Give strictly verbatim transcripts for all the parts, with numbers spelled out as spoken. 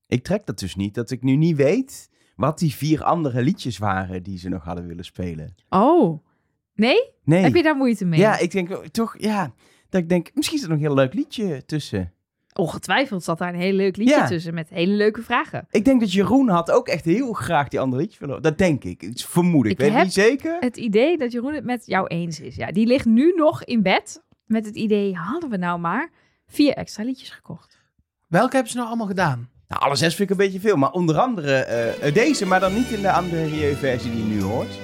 Ik trek dat dus niet, dat ik nu niet weet wat die vier andere liedjes waren die ze nog hadden willen spelen. Oh, nee? Nee. Heb je daar moeite mee? Ja, ik denk toch, ja, dat ik denk, misschien is er nog een heel leuk liedje tussen. Ongetwijfeld zat daar een heel leuk liedje Ja. tussen met hele leuke vragen. Ik denk dat Jeroen had ook echt heel graag die andere liedjes willen. Dat denk ik. Het is vermoed ik. Ik weet heb- niet zeker. Het idee dat Jeroen het met jou eens is. Ja, die ligt nu nog in bed met het idee, hadden we nou maar vier extra liedjes gekocht. Welke hebben ze nou allemaal gedaan? Nou, alle zes vind ik een beetje veel. Maar onder andere eh, deze, maar dan niet in de andere versie die je nu hoort.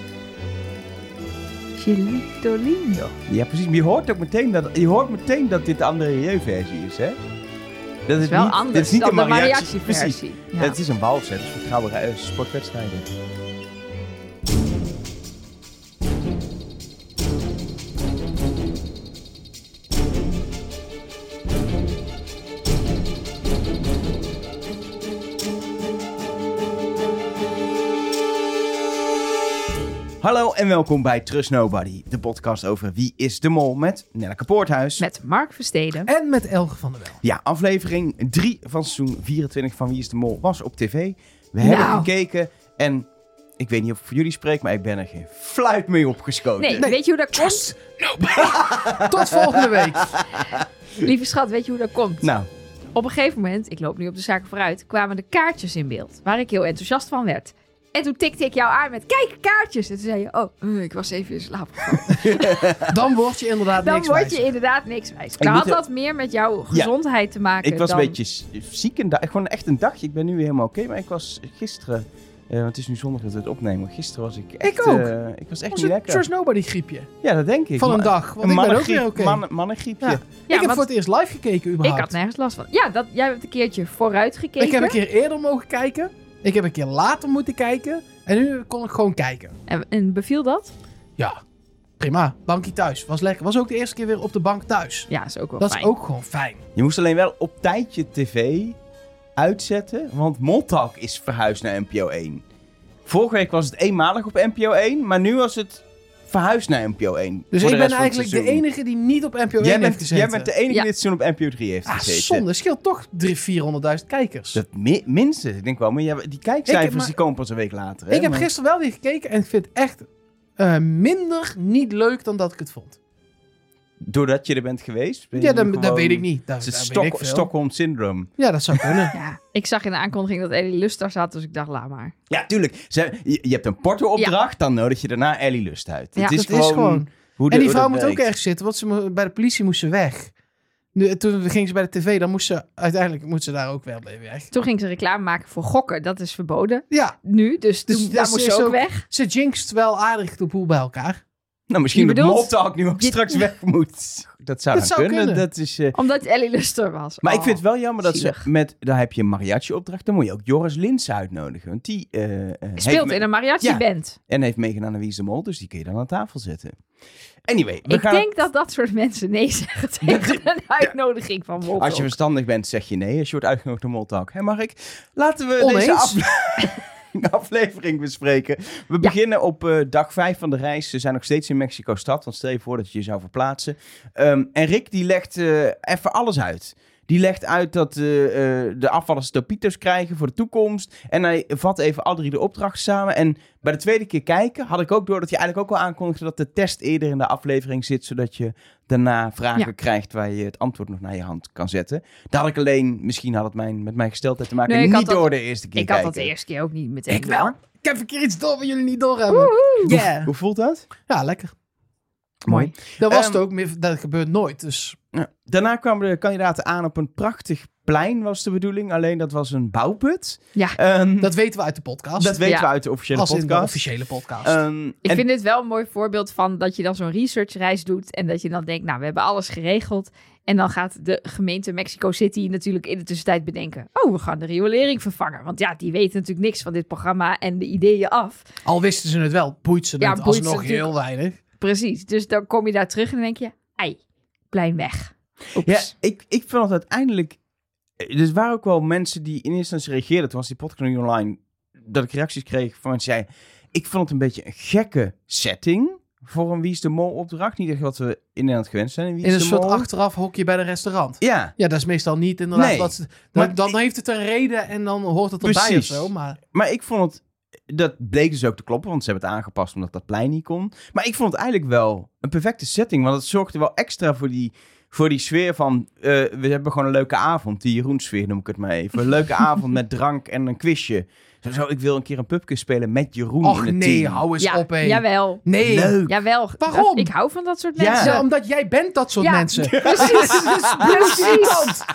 Chilito lindo. Ja, precies. Maar je hoort ook meteen dat, je hoort meteen dat dit de andere versie is, hè? Dat Dat is wel niet, anders dit is niet dan een de mariachi. mariachi-versie. Precies. Ja. Het is een wals, hè. Dus voor trouwe uh, sportwedstrijden. Hallo en welkom bij Trust Nobody, de podcast over Wie is de Mol met Nelleke Poorthuis. Met Mark Versteden. En met Elge van der Wel. Ja, aflevering drie van seizoen vierentwintig van Wie is de Mol was op tv. We hebben Nou. gekeken en ik weet niet of ik voor jullie spreek, maar ik ben er geen fluit mee opgeschoten. Nee, weet je hoe dat komt? Tot volgende week. Lieve schat, weet je hoe dat komt? Nou, Op een gegeven moment, ik loop nu op de zaken vooruit, kwamen de kaartjes in beeld. Waar ik heel enthousiast van werd. En toen tikte ik jou aan met, kijk, kaartjes. En toen zei je, oh, eh, ik was even in slaap gevallen. Dan word je inderdaad Dan niks word wijzer. je inderdaad niks wijs. Ik Dan had moet- dat meer met jouw gezondheid te maken ik was dan... een beetje s- ziek een dag, gewoon echt een dagje. Ik ben nu weer helemaal oké, maar ik was gisteren, eh, want het is nu zondag dat we het opnemen. Gisteren was ik echt, Ik ook. eh, ik was echt Ons niet lekker. Trust Nobody griepje. Ja, dat denk ik. Van een Ma- dag. Want een ik ben ook mannengriep- weer oké. mannen- Mannengriepje. Ja. Ja, ik heb want voor het eerst live gekeken überhaupt. ik had nergens last van. Ja, dat, jij hebt een keertje vooruit gekeken. Ik heb een keer eerder mogen kijken. Ik heb een keer later moeten kijken. En nu kon ik gewoon kijken. En, en beviel dat? Ja, prima. Bankje thuis. Was lekker. Was ook de eerste keer weer op de bank thuis. Ja, is ook wel Dat fijn. is ook gewoon fijn. Je moest alleen wel op tijd je tv uitzetten, want Moltalk is verhuisd naar N P O één. Vorige week was het eenmalig op N P O één, maar nu was het verhuisd naar N P O één. Dus voor ik de ben rest van het eigenlijk de seizoen. enige die niet op N P O één Jij heeft bent, gezeten. jij bent de enige Ja. die dit seizoen op N P O drie heeft Ah, gezeten. zonde. Scheelt toch drie, vierhonderdduizend kijkers. Dat mi- minstens, ik denk wel. Maar ja, die kijkcijfers Ik heb maar- die komen pas een week later. Hè? ik heb Maar- gisteren wel weer gekeken en ik vind het echt eh, minder niet leuk dan dat ik het vond. Doordat je er bent geweest? ben je Ja, nu dat, gewoon- dat weet ik niet. Dat, Het is dat het weet ik Stok- veel. Stockholm Syndrome. Ja, dat zou kunnen. Ja, ik zag in de aankondiging dat Ellie Lust daar zat, dus ik dacht, laat maar. Ja, tuurlijk. Ze, je, je hebt een porto-opdracht, dan nodig je daarna Ellie Lust uit. Ja, het is dat gewoon, is gewoon. hoe de, En die hoe vrouw dat moet ook werkt. ergens zitten, want ze, mo- bij de politie moest ze weg. Nu, toen ging ze bij de tv, dan moest ze uiteindelijk moet ze daar ook wel mee weg. Toen ging ze reclame maken voor gokken. Dat is verboden. Ja, Nu, dus, Dus toen, dat daar is- moest is ze ook ook- weg. ze jinxt wel aardig de boel bij elkaar. Nou, misschien Je dat bedoelt- Moltalk nu ook je- straks weg moet. Dat zou Dat dan zou kunnen. kunnen. Dat is, eh, Omdat Ellie Lust er was. Maar Oh, ik vind het wel jammer dat zielig. ze met... Daar heb je een mariachi-opdracht. Dan moet je ook Joris Lins uitnodigen. Want die eh, eh, heeft Speelt me- in een mariachi-band. en heeft meegedaan naar Wie is de Mol. Dus die kun je dan aan tafel zetten. Anyway, we Ik gaan... denk dat dat soort mensen nee zeggen tegen een uitnodiging van Moltalk. Als je verstandig bent, zeg je nee. Als je wordt uitgenodigd naar Moltalk. Hé, Mark? Laten we Oneens? deze afle- aflevering bespreken. We beginnen op eh, dag vijf van de reis. Ze zijn nog steeds in Mexico-stad. Want stel je voor dat je je zou verplaatsen. Ehm, en Rick, die legt eh, even alles uit. Die legt uit dat eh, eh, de afvallers topito's krijgen voor de toekomst. En hij vat even alle drie de opdrachten samen. En bij de tweede keer kijken had ik ook door dat hij eigenlijk ook al aankondigde dat de test eerder in de aflevering zit. Zodat je daarna vragen Ja. krijgt waar je het antwoord nog naar je hand kan zetten. Daar had ik alleen, misschien had het mijn, met mijn gesteldheid te maken, Nee, ik niet had dat- door de eerste keer Ik had kijken. dat de eerste keer ook niet meteen. Ik wel. door. Ik heb een keer iets door wat jullie niet doorhebben. Yeah. Hoe voelt dat? Ja, lekker. Mooi. Dat was Ehm, het ook. meer- Dat gebeurt nooit. Dus Ja. Daarna kwamen de kandidaten aan op een prachtig plein, was de bedoeling. Alleen dat was een bouwput. Ja, Ehm, dat, dat weten we uit de podcast. weten Ja. we uit de officiële Als in de podcast. officiële podcast. Ehm, ik en- vind dit wel een mooi voorbeeld van dat je dan zo'n researchreis doet en dat je dan denkt, nou, we hebben alles geregeld. En dan gaat de gemeente Mexico City natuurlijk in de tussentijd bedenken, oh, we gaan de riolering vervangen. Want ja, die weten natuurlijk niks van dit programma en de ideeën af. Al wisten ze het wel, boeit ze Ja, het boeit ze alsnog natuurlijk. heel weinig. Precies, dus dan kom je daar terug en dan denk je, ei, plein weg. Oeps. Ja, ik, ik vond het uiteindelijk... Er waren ook wel mensen die in eerste instantie reageerden. Toen was die podcast nu online. Dat ik reacties kreeg van mensen die zeiden... Ik vond het een beetje een gekke setting. voor een Wie is de Mol opdracht. Niet echt wat we in Nederland gewend zijn. In, Wie In is een de soort Mol. achteraf hokje bij een restaurant. Ja, Ja, dat is meestal niet inderdaad. Nee, Wat ze, maar dan, dan ik- heeft het een reden en dan hoort het erbij Precies. of zo. Maar maar ik vond het... Dat bleek dus ook te kloppen, want ze hebben het aangepast omdat dat plein niet kon. Maar ik vond het eigenlijk wel een perfecte setting, want het zorgde wel extra voor die, voor die sfeer van... Uh, we hebben gewoon een leuke avond, die Jeroen-sfeer noem ik het maar even. Een leuke avond met drank en een quizje. Zo, zo, ik wil een keer een pubquiz spelen met Jeroen och in het nee, team. hou eens Ja, op, hé. jawel. Nee. Leuk. Jawel. Waarom? Ik hou van dat soort Ja. mensen. Ja, omdat jij bent dat soort Ja. mensen. Precies. Precies.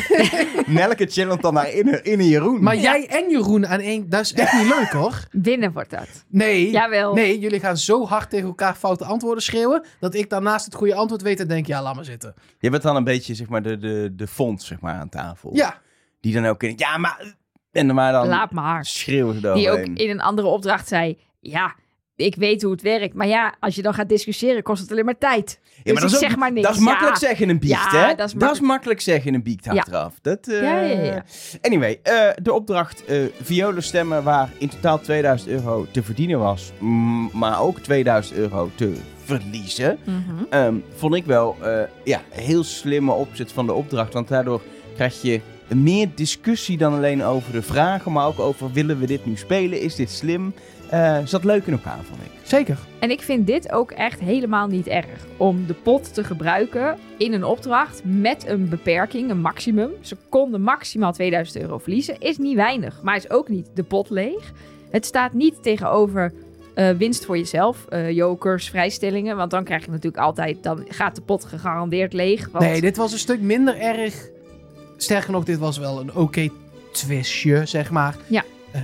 Nelke chillant dan naar in, in een Jeroen. Maar Ja. jij en Jeroen aan één, dat is echt niet leuk hoor. Binnen wordt dat. Nee, Jawel. nee, jullie gaan zo hard tegen elkaar foute antwoorden schreeuwen, dat ik daarnaast het goede antwoord weet en denk, ja, laat maar zitten. Je bent dan een beetje zeg maar de, de, de font zeg maar, aan tafel. Ja, Die dan ook in... Ja, maar... En dan maar dan Laat maar. schreeuwen ze Die ook eroverheen. in een andere opdracht zei... Ja, ik weet hoe het werkt. Maar ja, als je dan gaat discussiëren, kost het alleen maar tijd. Ja, Dus maar dat ik is ook- zeg maar niks. Dat is makkelijk Ja. zeggen in een biecht, Ja, hè? dat is Dat is makkelijk. makkelijk zeggen in een biecht Ja. achteraf. Dat, eh, Ja, ja, ja. Anyway, eh, de opdracht eh violen stemmen waar in totaal tweeduizend euro te verdienen was. m- maar ook tweeduizend euro te verliezen. Mhm. Ehm, vond ik wel eh ja, een heel slimme opzet van de opdracht. Want daardoor krijg je meer discussie dan alleen over de vragen. Maar ook over, willen we dit nu spelen? Is dit slim? Eh zat leuk in elkaar, vond ik. zeker. En ik vind dit ook echt helemaal niet erg. Om de pot te gebruiken in een opdracht met een beperking, een maximum. Ze konden maximaal tweeduizend euro verliezen. Is niet weinig, maar is ook niet de pot leeg. Het staat niet tegenover eh, winst voor jezelf, eh, jokers, vrijstellingen. Want dan krijg je natuurlijk altijd, dan gaat de pot gegarandeerd leeg. Want Nee, dit was een stuk minder erg. Sterker nog, dit was wel een oké twistje, zeg maar. Ja. Eh,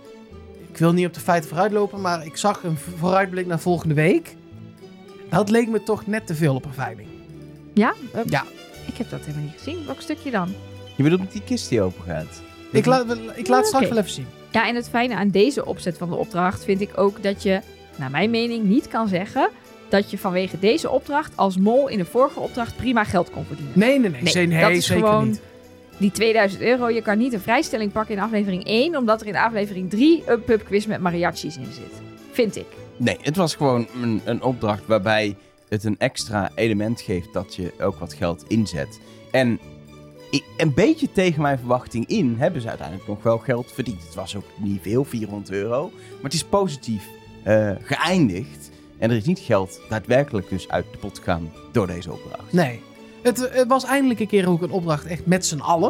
ik wil niet op de feiten vooruitlopen, maar ik zag een vooruitblik naar volgende week. Dat leek me toch net te veel op een veiling. Ja? Eh, Ja. Ik heb dat helemaal niet gezien. Welk stukje dan? Je bedoelt met die kist die open gaat? Ik laat, ik laat het straks Oké. wel even zien. Ja, en het fijne aan deze opzet van de opdracht vind ik ook dat je, naar mijn mening, niet kan zeggen dat je vanwege deze opdracht als mol in de vorige opdracht prima geld kon verdienen. Nee, nee, nee. Nee, nee, nee dat is zeker gewoon niet. die tweeduizend euro. Je kan niet een vrijstelling pakken in aflevering één, omdat er in aflevering drie een pubquiz met mariachis in zit. Vind ik. Nee, het was gewoon een, een opdracht waarbij het een extra element geeft dat je ook wat geld inzet. En i- een beetje tegen mijn verwachting in hebben ze uiteindelijk nog wel geld verdiend. Het was ook niet veel, vierhonderd euro. Maar het is positief eh, geëindigd. En er is niet geld daadwerkelijk dus uit de pot gegaan door deze opdracht. Nee. Het, het was eindelijk een keer ook een opdracht echt met z'n allen.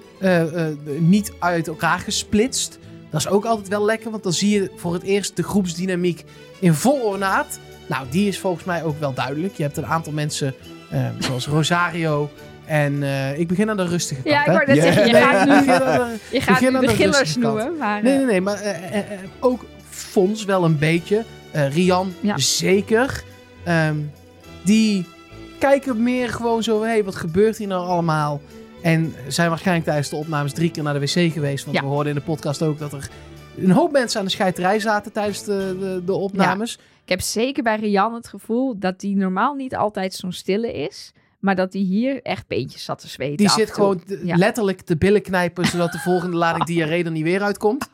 Eh, eh, niet uit elkaar gesplitst. Dat is ook altijd wel lekker, want dan zie je voor het eerst de groepsdynamiek in vol ornaat. Nou, die is volgens mij ook wel duidelijk. Je hebt een aantal mensen, eh, zoals Rosario. En eh, ik begin aan de rustige kant. Ja, ik hè? wou net Ja. zeggen, je Nee, gaat ik nu, begin aan de- je gaat begin nu aan de de gillers rustige kant. noemen. Maar, Nee, eh, nee, nee, maar eh, eh, eh, ook Fons wel een beetje. Eh, Rian Ja. zeker. Ehm, die kijken meer gewoon zo, hé, hey, wat gebeurt hier nou allemaal? En zijn waarschijnlijk tijdens de opnames drie keer naar de wc geweest. Want Ja. we hoorden in de podcast ook dat er een hoop mensen aan de scheiterij zaten tijdens de, de, de opnames. Ik heb zeker bij Rian het gevoel dat hij normaal niet altijd zo'n stille is. Maar dat hij hier echt peentjes zat te zweten. Die af zit en toe. gewoon te- Ja. letterlijk de billen knijpen, zodat de volgende lading diarree er niet weer uitkomt.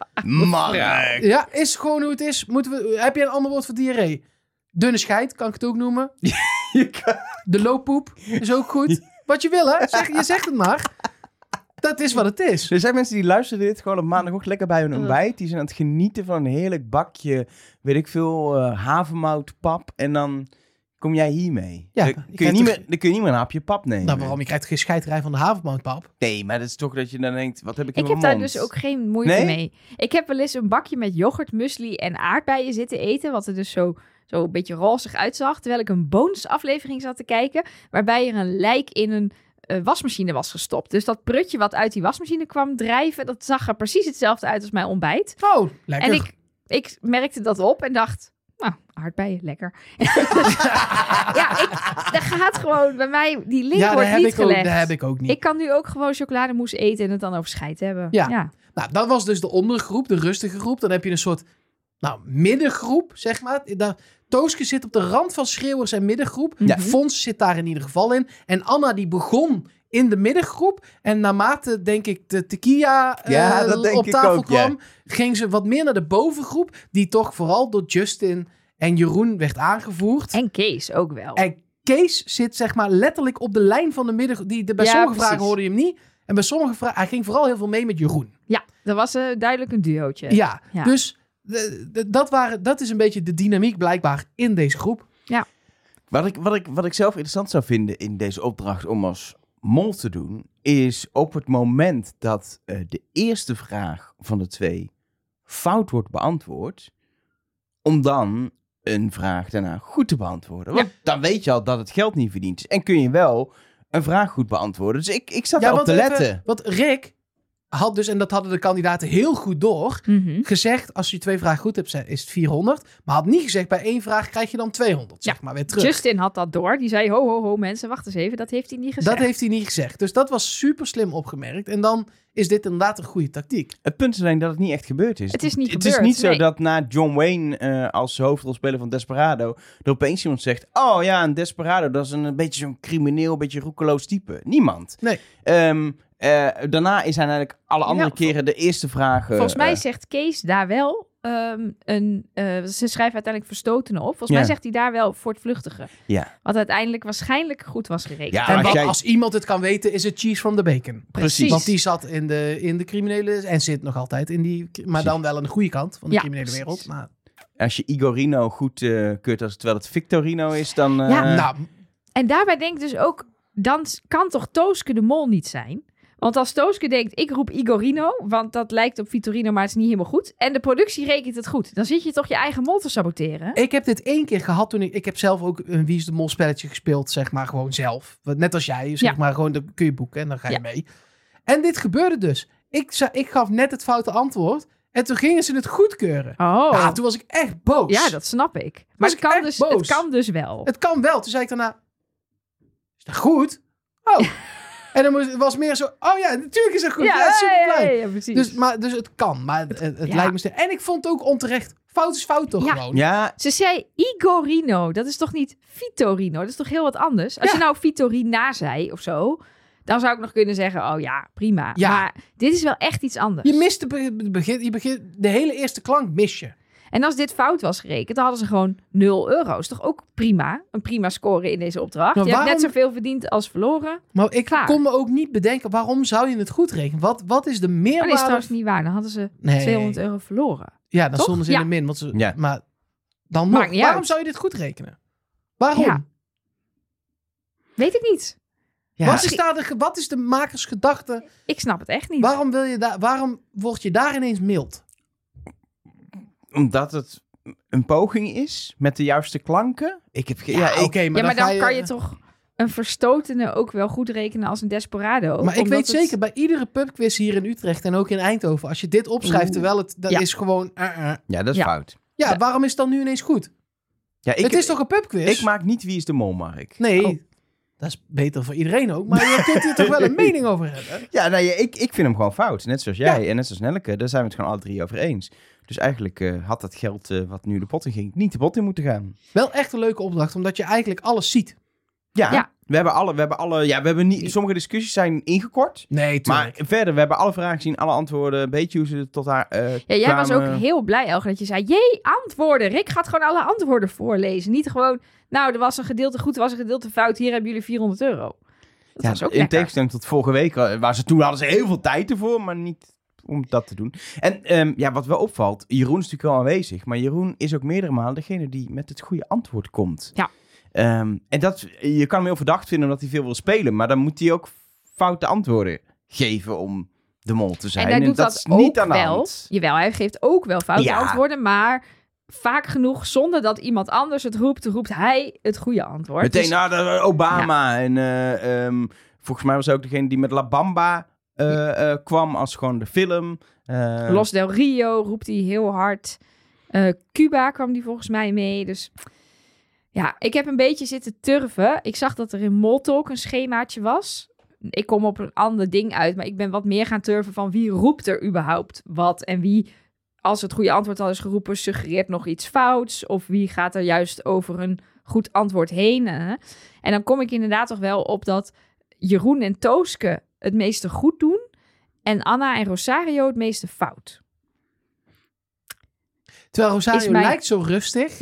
Mark! Ja, is gewoon hoe het is. Moeten we, heb je een ander woord voor diarree? Dunne scheid, kan ik het ook noemen. Je kan- De looppoep is ook goed. Wat je wil, hè? Zeg, je zegt het maar. Dat is wat het is. Er zijn mensen die luisteren dit gewoon op maandagochtend lekker bij hun Ugh. ontbijt. Die zijn aan het genieten van een heerlijk bakje, weet ik veel, eh havermoutpap. En dan kom jij hiermee. Ja, dan, je kun je krijgt niet toch- meer, dan kun je niet meer een hapje pap nemen. Nou, waarom? Je krijgt geen scheiterij van de havermoutpap. Nee, maar dat is toch dat je dan denkt, wat heb ik in Ik mijn heb daar mond? dus ook geen moeite Nee? mee. Ik heb wel eens een bakje met yoghurt, muesli en aardbeien zitten eten. Wat er dus zo, zo een beetje rozig uitzag. Terwijl ik een bonusaflevering zat te kijken. Waarbij er een lijk in een eh, wasmachine was gestopt. Dus dat prutje wat uit die wasmachine kwam drijven. Dat zag er precies hetzelfde uit als mijn ontbijt. Oh, lekker. En ik, ik merkte dat op en dacht... Nou, aardbeien, lekker. ja, ik, er gaat gewoon bij mij... Die link ja, daar wordt heb, niet ik ook, gelegd. daar heb ik ook niet. Ik kan nu ook gewoon chocolademousse eten en het dan over scheid hebben. Ja. ja. Nou, dat was dus de ondergroep, de rustige groep. Dan heb je een soort nou, middengroep, zeg maar. Daar, Tooske zit op de rand van schreeuwers en middengroep. Ja. Fons zit daar in ieder geval in. En Anna die begon in de middengroep. En naarmate, denk ik, de tequila eh, Ja, dat denk op ik tafel ook, ja. kwam... ging ze wat meer naar de bovengroep. Die toch vooral door Justin En Jeroen werd aangevoerd. En Kees ook wel. En Kees zit zeg maar letterlijk op de lijn van de midden. Die, de, bij Ja, sommige precies. vragen hoorde je hem niet. En bij sommige vragen... Hij ging vooral heel veel mee met Jeroen. Ja, dat was uh, duidelijk een duootje. Ja, Ja. dus de, de, dat, waren, dat is een beetje de dynamiek blijkbaar in deze groep. Wat ik, wat, ik, wat ik zelf interessant zou vinden in deze opdracht om als mol te doen, is op het moment dat uh, de eerste vraag van de twee fout wordt beantwoord, om dan een vraag daarna goed te beantwoorden. Want Ja. dan weet je al dat het geld niet verdiend is. En kun je wel een vraag goed beantwoorden. Dus ik, ik zat Ja, erop want te even- letten. Want Rick had dus, en dat hadden de kandidaten heel goed door, Mhm. gezegd, als je twee vragen goed hebt, is het vierhonderd. Maar had niet gezegd, bij één vraag krijg je dan tweehonderd, zeg maar, weer terug. Justin had dat door. Die zei, ho, ho, ho, mensen, wacht eens even. Dat heeft hij niet gezegd. Dat heeft hij niet gezegd. Dus dat was super slim opgemerkt. En dan is dit inderdaad een goede tactiek. Het punt is alleen dat het niet echt gebeurd is. Het is niet Het gebeurd, is niet zo nee. dat na John Wayne uh, als hoofdrolspeler van Desperado er opeens iemand zegt, oh ja, een Desperado, dat is een, een beetje zo'n crimineel, een beetje roekeloos type. Niemand. Nee. Um, uh, daarna is eigenlijk alle andere Ja, keren de eerste vragen. Volgens mij uh, zegt Kees daar wel um, een... Uh, ze schrijven uiteindelijk verstotenen op. Volgens Ja. mij zegt hij daar wel voortvluchtige. Ja. Wat uiteindelijk waarschijnlijk goed was gerekend. Ja, en als wat, jij- als iemand het kan weten, is het Cheese from the Bacon. Precies. Want die zat in de, in de criminele... En zit nog altijd in die... Maar dan wel aan de goede kant van de Ja, criminele precies. wereld. Maar, Als je Igorino goed uh, keurt als terwijl het Victorino is, dan... Uh, Ja, nou, En daarbij denk ik dus ook, dan kan toch Tooske de mol niet zijn? Want als Tooske denkt, ik roep Igorino, want dat lijkt op Vitorino, maar het is niet helemaal goed. En de productie rekent het goed. Dan zit je toch je eigen mol te saboteren? ik heb dit één keer gehad toen ik... Ik heb zelf ook een Wie is de Mol spelletje gespeeld, zeg maar, gewoon zelf. Want net als jij, zeg Ja. maar, gewoon, dan kun je boeken en dan ga je Ja. mee. En dit gebeurde dus. Ik, zei, ik gaf net het foute antwoord en toen gingen ze het goedkeuren. Oh, Ja, toen was ik echt boos. ja, dat snap ik. Maar Was het ik kan, echt dus, boos. het kan dus wel. Het kan wel. Toen zei ik daarna, is dat goed? Oh. En dan moest, het was meer zo, oh ja, natuurlijk is dat goed. Ja, ja, super ja, blij. ja, ja, precies. Dus, maar, dus het kan, maar het, het, het Ja. lijkt me sterk. En ik vond het ook onterecht. Fout is fout toch Ja. gewoon? ja, Ze zei Igorino. Dat is toch niet Vitorino? Dat is toch heel wat anders? Als Ja. je nou Vitorina zei of zo, dan zou ik nog kunnen zeggen, oh ja, prima. Ja. Maar dit is wel echt iets anders. Je mist de, be- de begin, je begin, de hele eerste klank mis je. En als dit fout was gerekend, dan hadden ze gewoon nul euro. Is toch ook prima? Een prima score in deze opdracht. Maar je hebt waarom- net zoveel verdiend als verloren. Maar ik Klaar. kon me ook niet bedenken, waarom zou je het goed rekenen? Wat, wat is de Maar meerwaarde? dat is trouwens niet waar. Dan hadden ze Nee. tweehonderd euro verloren. Ja, dan Toch? stonden ze in Ja. de min. Want ze, Ja. Maar dan Maakt nog, niet waarom uit. zou je dit goed rekenen? Waarom? Ja. Weet ik niet. ja, wat, is daar de, ge- wat is de makersgedachte? Ik snap het echt niet. Waarom, wil je daar, waarom word je daar ineens mild? omdat het een poging is met de juiste klanken. Ik heb ge- ja, Ja, ik, oké, maar, ja, maar dan, dan ga kan je toch een verstotene ook wel goed rekenen als een desperado. Maar ik omdat weet het- zeker, bij iedere pubquiz hier in Utrecht en ook in Eindhoven, als je dit opschrijft, Oeh. terwijl het, dat Ja. is gewoon... uh, uh. ja, dat is Ja. fout. Ja, Ja. waarom is het dan nu ineens goed? Ja, ik, het is toch een pubquiz? ik maak niet Wie is de Mol, Mark. Nee, Oh. dat is beter voor iedereen ook. Maar je kunt hier toch wel een mening over hebben? Ja, nou, ja, ik, ik vind hem gewoon fout. Net zoals jij Ja. en net zoals Nelleke. Daar zijn we het gewoon alle drie over eens. Dus eigenlijk uh, had dat geld uh, wat nu de pot in ging, niet de pot in moeten gaan. Wel echt een leuke opdracht, omdat je eigenlijk alles ziet. Ja, Ja. we hebben alle, we hebben alle, ja, we hebben niet, sommige discussies zijn ingekort. Nee, Maar verder, we hebben alle vragen gezien, alle antwoorden, een beetje hoe ze er tot haar uh, Ja, jij was ook heel blij, Elge, dat je zei, jee, antwoorden. Rick gaat gewoon alle antwoorden voorlezen. Niet gewoon, nou, er was een gedeelte goed, er was een gedeelte fout. Hier hebben jullie vierhonderd euro. Dat Ja, was ook in lekker. tegenstelling tot vorige week, uh, waar ze toen hadden ze heel veel tijd ervoor, maar niet om dat te doen. En um, ja, wat wel opvalt, Jeroen is natuurlijk wel aanwezig, maar Jeroen is ook meerdere malen degene die met het goede antwoord komt. Ja. Um, en dat, je kan hem heel verdacht vinden omdat hij veel wil spelen, maar dan moet hij ook foute antwoorden geven om de mol te zijn. En hij doet dat, dat, is niet ook aan de wel. hand. Jawel, hij geeft ook wel foute Ja. antwoorden, maar vaak genoeg, zonder dat iemand anders het roept, roept hij het goede antwoord. Meteen Dus- naar de Obama. En uh, um, volgens mij was hij ook degene die met La Bamba uh, uh, kwam als gewoon de film. Uh, Los del Rio roept hij heel hard. Uh, Cuba kwam die volgens mij mee. Dus ja, ik heb een beetje zitten turven. Ik zag dat er in Moltalk een schemaatje was. Ik kom op een ander ding uit, maar ik ben wat meer gaan turven van wie roept er überhaupt wat. En wie, als het goede antwoord al is geroepen, suggereert nog iets fouts. Of wie gaat er juist over een goed antwoord heen. Hè? En dan kom ik inderdaad toch wel op dat Jeroen en Tooske het meeste goed doen. En Anna en Rosario het meeste fout. Terwijl Rosario Is mijn- lijkt zo rustig. Ja,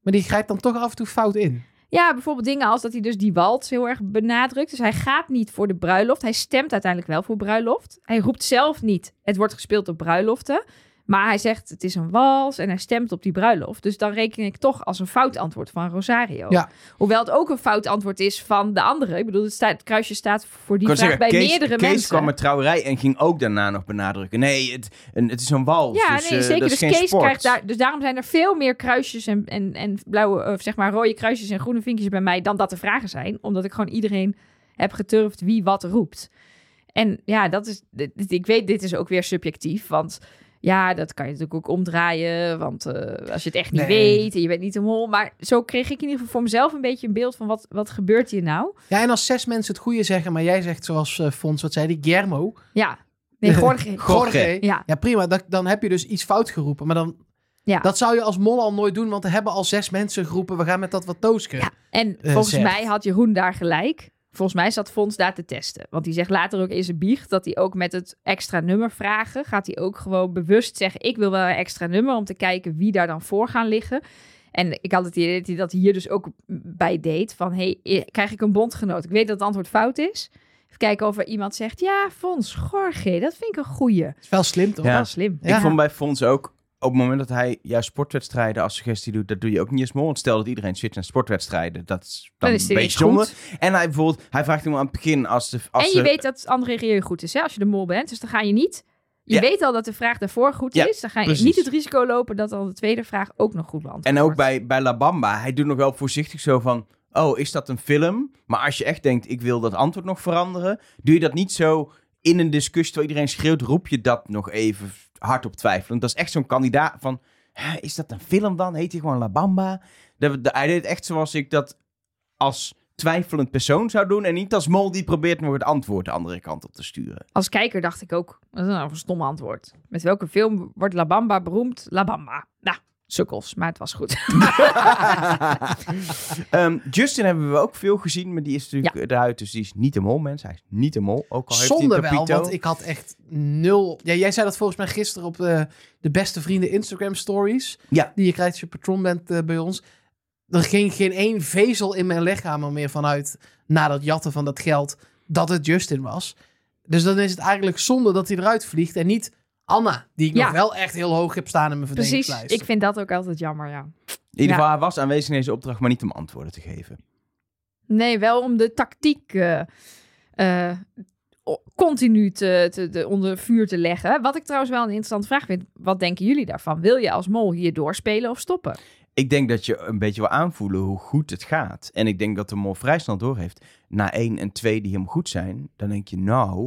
Maar die grijpt dan toch af en toe fout in. Ja, bijvoorbeeld dingen als dat hij dus die waltz heel erg benadrukt. Dus hij gaat niet voor de bruiloft. Hij stemt uiteindelijk wel voor bruiloft. Hij roept zelf niet, het wordt gespeeld op bruiloften. Maar hij zegt, het is een wals en hij stemt op die bruiloft. Dus dan reken ik toch als een fout antwoord van Rosario. Ja. Hoewel het ook een fout antwoord is van de andere. Ik bedoel, het, staat, het kruisje staat voor die Ik vraag kan bij zeggen, Kees, meerdere Kees mensen. kwam met trouwerij en ging ook daarna nog benadrukken. Nee, het, een, het is een wals. Ja, dus, nee, uh, zeker. dat is Dus geen Kees sport. krijgt daar... Dus daarom zijn er veel meer kruisjes en, en, en blauwe... Of zeg maar rode kruisjes en groene vinkjes bij mij dan dat er vragen zijn. Omdat ik gewoon iedereen heb geturfd wie wat roept. En ja, dat is... Ik weet, dit is ook weer subjectief, want... Ja, dat kan je natuurlijk ook omdraaien. Want uh, als je het echt niet Nee. weet en je bent niet een mol. Maar zo kreeg ik in ieder geval voor mezelf een beetje een beeld van wat, wat gebeurt hier nou? Ja, en als zes mensen het goede zeggen, maar jij zegt zoals uh, Fons, wat zei die? Guillermo. Ja, nee, Jorge. Jorge. Ja. Ja, prima. Dat, dan heb je dus iets fout geroepen. Maar dan, Ja. dat zou je als mol al nooit doen, want er hebben al zes mensen geroepen, we gaan met dat wat toosken. Ja, en Uh, volgens zegt. mij had Jeroen daar gelijk. Volgens mij zat Fons daar te testen. Want die zegt later ook in zijn biecht dat hij ook met het extra nummer vragen... gaat hij ook gewoon bewust zeggen... ik wil wel een extra nummer om te kijken wie daar dan voor gaan liggen. En ik had het idee dat hij dat hier dus ook bij deed. Van, hey, krijg ik een bondgenoot? Ik weet dat het antwoord fout is. Even kijken of er iemand zegt... ja, Fons, Jorge, dat vind ik een goeie. Dat is wel slim, toch? Ja. Wel slim. Ja. Ik vond bij Fons ook, op het moment dat hij juist sportwedstrijden als suggestie doet, dat doe je ook niet als mol. Want stel dat iedereen switcht naar sportwedstrijden, dat is dan, Dan is een het beetje ineens zonde. goed. En hij bijvoorbeeld, hij vraagt hem aan het begin als de... Als En je de- weet dat André Rieu goed is, hè, als je de mol bent. Dus dan ga je niet... Je Ja. weet al dat de vraag daarvoor goed Ja, is. Dan ga je precies. niet het risico lopen dat dan de tweede vraag ook nog goed beantwoord En ook wordt. bij, bij La Bamba, hij doet nog wel voorzichtig zo van... Oh, is dat een film? Maar als je echt denkt, ik wil dat antwoord nog veranderen... doe je dat niet zo in een discussie terwijl iedereen schreeuwt... roep je dat nog even hardop twijfelend. Dat is echt zo'n kandidaat van... Hè, is dat een film dan? Heet hij gewoon La Bamba? De, de, hij deed echt zoals ik dat als twijfelend persoon zou doen... en niet als mol die probeert nog het antwoord de andere kant op te sturen. Als kijker dacht ik ook, dat is nou een stom antwoord. Met welke film wordt La Bamba beroemd? La Bamba. Nou, sukkels, maar het was goed. um, Justin hebben we ook veel gezien, maar die is natuurlijk eruit. Dus die is niet de mol, mensen. Hij is niet de mol, ook al heeft Zonde hij een wel, tapito. want ik had echt nul... Ja, jij zei dat volgens mij gisteren op de, de beste vrienden Instagram stories. Ja. Die je krijgt als je patron bent uh, bij ons. Er ging geen één vezel in mijn lichaam er meer vanuit, na dat jatten van dat geld, dat het Justin was. Dus dan is het eigenlijk zonde dat hij eruit vliegt en niet Anna, die ik Ja. nog wel echt heel hoog heb staan in mijn Precies, verdedigingslijst. ik vind dat ook altijd jammer, ja. In ieder Ja. geval, hij was aanwezig in deze opdracht, maar niet om antwoorden te geven. Nee, wel om de tactiek eh, eh, o- continu te, te, te onder vuur te leggen. Wat ik trouwens wel een interessante vraag vind. Wat denken jullie daarvan? Wil je als mol hier doorspelen of stoppen? Ik denk dat je een beetje wil aanvoelen hoe goed het gaat. En ik denk dat de mol vrij snel doorheeft. Na één en twee die helemaal goed zijn, dan denk je nou...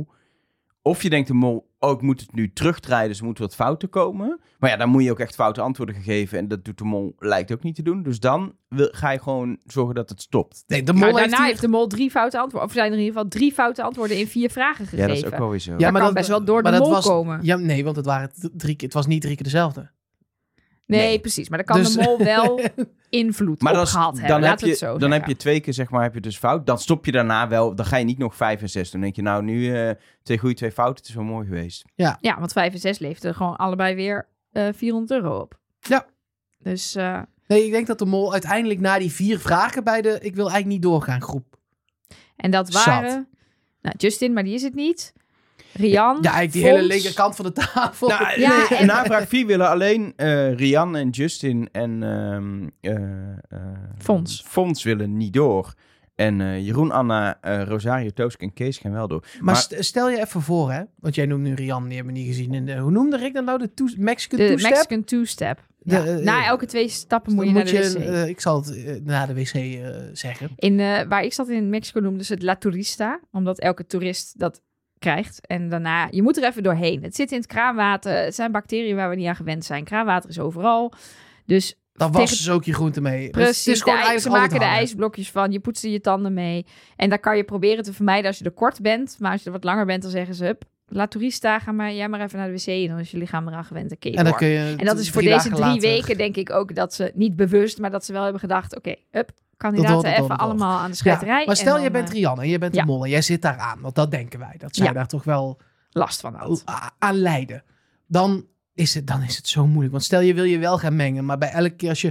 Of je denkt de mol, oh, ik moet het nu terugdraaien, dus er moeten wat fouten komen. Maar ja, dan moet je ook echt foute antwoorden geven. En dat doet de mol, lijkt ook niet te doen. Dus dan wil, ga je gewoon zorgen dat het stopt. Nee, de Maar mol daarna heeft heeft, hier... de mol drie foute antwoorden. Of zijn er in ieder geval drie foute antwoorden in vier vragen gegeven. Ja, dat is ook wel weer zo. Ja, kan best wel door de maar dat mol was, komen. Ja, nee, want het, waren t- drie, keer- het was niet drie keer dezelfde. Nee, Nee. precies. Maar dan kan Dus- de mol wel invloed Maar op dat is- gehad hebben. dan, heb Laten we je, het zo dan heb zeggen. je twee keer, zeg maar, heb je dus fout. Dan stop je daarna wel. Dan ga je niet nog vijf en zes. Dan denk je, nou, nu eh, twee goede, twee fouten. Het is wel mooi geweest. Ja, want vijf en zes leefden gewoon allebei weer eh vierhonderd euro op. Ja. Dus eh, Nee, ik denk dat de mol uiteindelijk na die vier vragen bij de ik wil eigenlijk niet doorgaan groep. en dat Zat. waren... Nou, Justin, maar die is het niet. Rian, Ja, eigenlijk die Fons. hele linkerkant van de tafel. Nou, Ja, nee, en- na vraag vier willen alleen eh, Rian en Justin en ehm eh, eh, Fons. Fons willen niet door. En eh, Jeroen, Anna, eh, Rosario, Toosk en Kees gaan wel door. Maar, Maar- st- stel je even voor, hè. Want jij noemt nu Rian, die hebben we niet gezien. In de, hoe noemde ik dat nou? De two, Mexican De two-step? Mexican two-step. De, Ja. eh, Na elke twee stappen Dan moet je naar de wc. eh, ik zal het eh, naar de wc eh, zeggen. In, eh, waar ik zat in Mexico noemden ze het La Turista. Omdat elke toerist dat krijgt. En daarna, je moet er even doorheen. Het zit in het kraanwater. Het zijn bacteriën waar we niet aan gewend zijn. Kraanwater is overal. Dus Dan tegen- wassen ze ook je groente mee. Dus precies, het is gewoon de ijs, ze eigenlijk maken de altijd hangen. ijsblokjes van. Je poetst er je tanden mee. En daar kan je proberen te vermijden als je er kort bent. Maar als je er wat langer bent, dan zeggen ze... Hup, La Turista, ga maar, jij maar even naar de wc. En dan is je lichaam eraan gewend. Oké, En dan door. kun je En dat is voor drie deze dagen drie later- weken denk ik ook dat ze niet bewust, maar dat ze wel hebben gedacht, oké, hup, Dat kandidaten door, dat even door, dat door. allemaal aan de Ja, schrijterij. maar stel, en je dan, bent eh, Rian en je bent ja. de mol en jij zit daar aan. Want dat denken wij. Dat zij Ja. daar toch wel last van had. a- aan lijden. Dan is, het, dan is het zo moeilijk. Want stel je wil je wel gaan mengen. Maar bij elke keer als je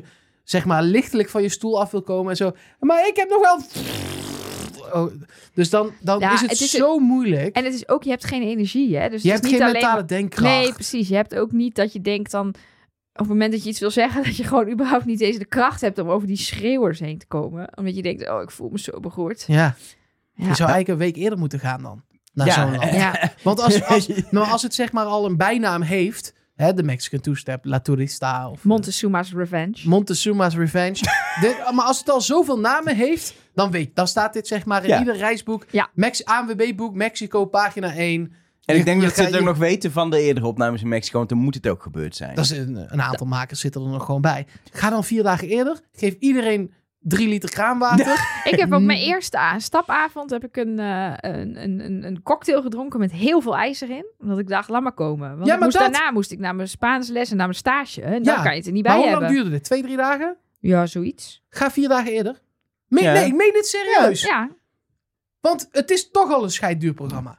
zeg maar lichtelijk van je stoel af wil komen en zo. Maar ik heb nog wel... Oh, dus dan, dan Ja, is het, het is zo moeilijk. En het is ook, je hebt geen energie, hè? Dus je het hebt is geen niet alleen... mentale denkkracht. Nee, precies. Je hebt ook niet dat je denkt dan... Op het moment dat je iets wil zeggen... dat je gewoon überhaupt niet eens de kracht hebt... om over die schreeuwers heen te komen. Omdat je denkt, oh, ik voel me zo beroerd. Ja. Ja. Je zou eigenlijk een week eerder moeten gaan dan. Naar Ja. zo'n land. Ja. Want als, als, nou, als het zeg maar al een bijnaam heeft... Hè, de Mexican Two-Step, La Turista of... Montezuma's Revenge. Montezuma's Revenge. De, maar als het al zoveel namen heeft... dan weet dan staat dit zeg maar in Ja. ieder reisboek. Ja. Mex- A N W B-boek, Mexico, pagina één... En Je- ik denk je dat ze ga- het ook je- nog weten van de eerdere opnames in Mexico, want dan moet het ook gebeurd zijn. Dat is een, een aantal makers zitten er nog gewoon bij. Ga dan vier dagen eerder. Geef iedereen drie liter kraanwater. Ik heb op mijn eerste a- stapavond heb ik een, uh, een, een, een cocktail gedronken met heel veel ijs erin. Omdat ik dacht, laat maar komen. Want Ja, ik maar moest, dat- daarna moest ik naar mijn Spaanse les en naar mijn stage. En Ja, dan kan je het er niet Maar bij hoe lang hebben. duurde dit? Twee, drie dagen? Ja, zoiets. Ga vier dagen eerder. Me- Ja. Nee, ik meen dit serieus. Ja. Want het is toch al een scheidduur programma.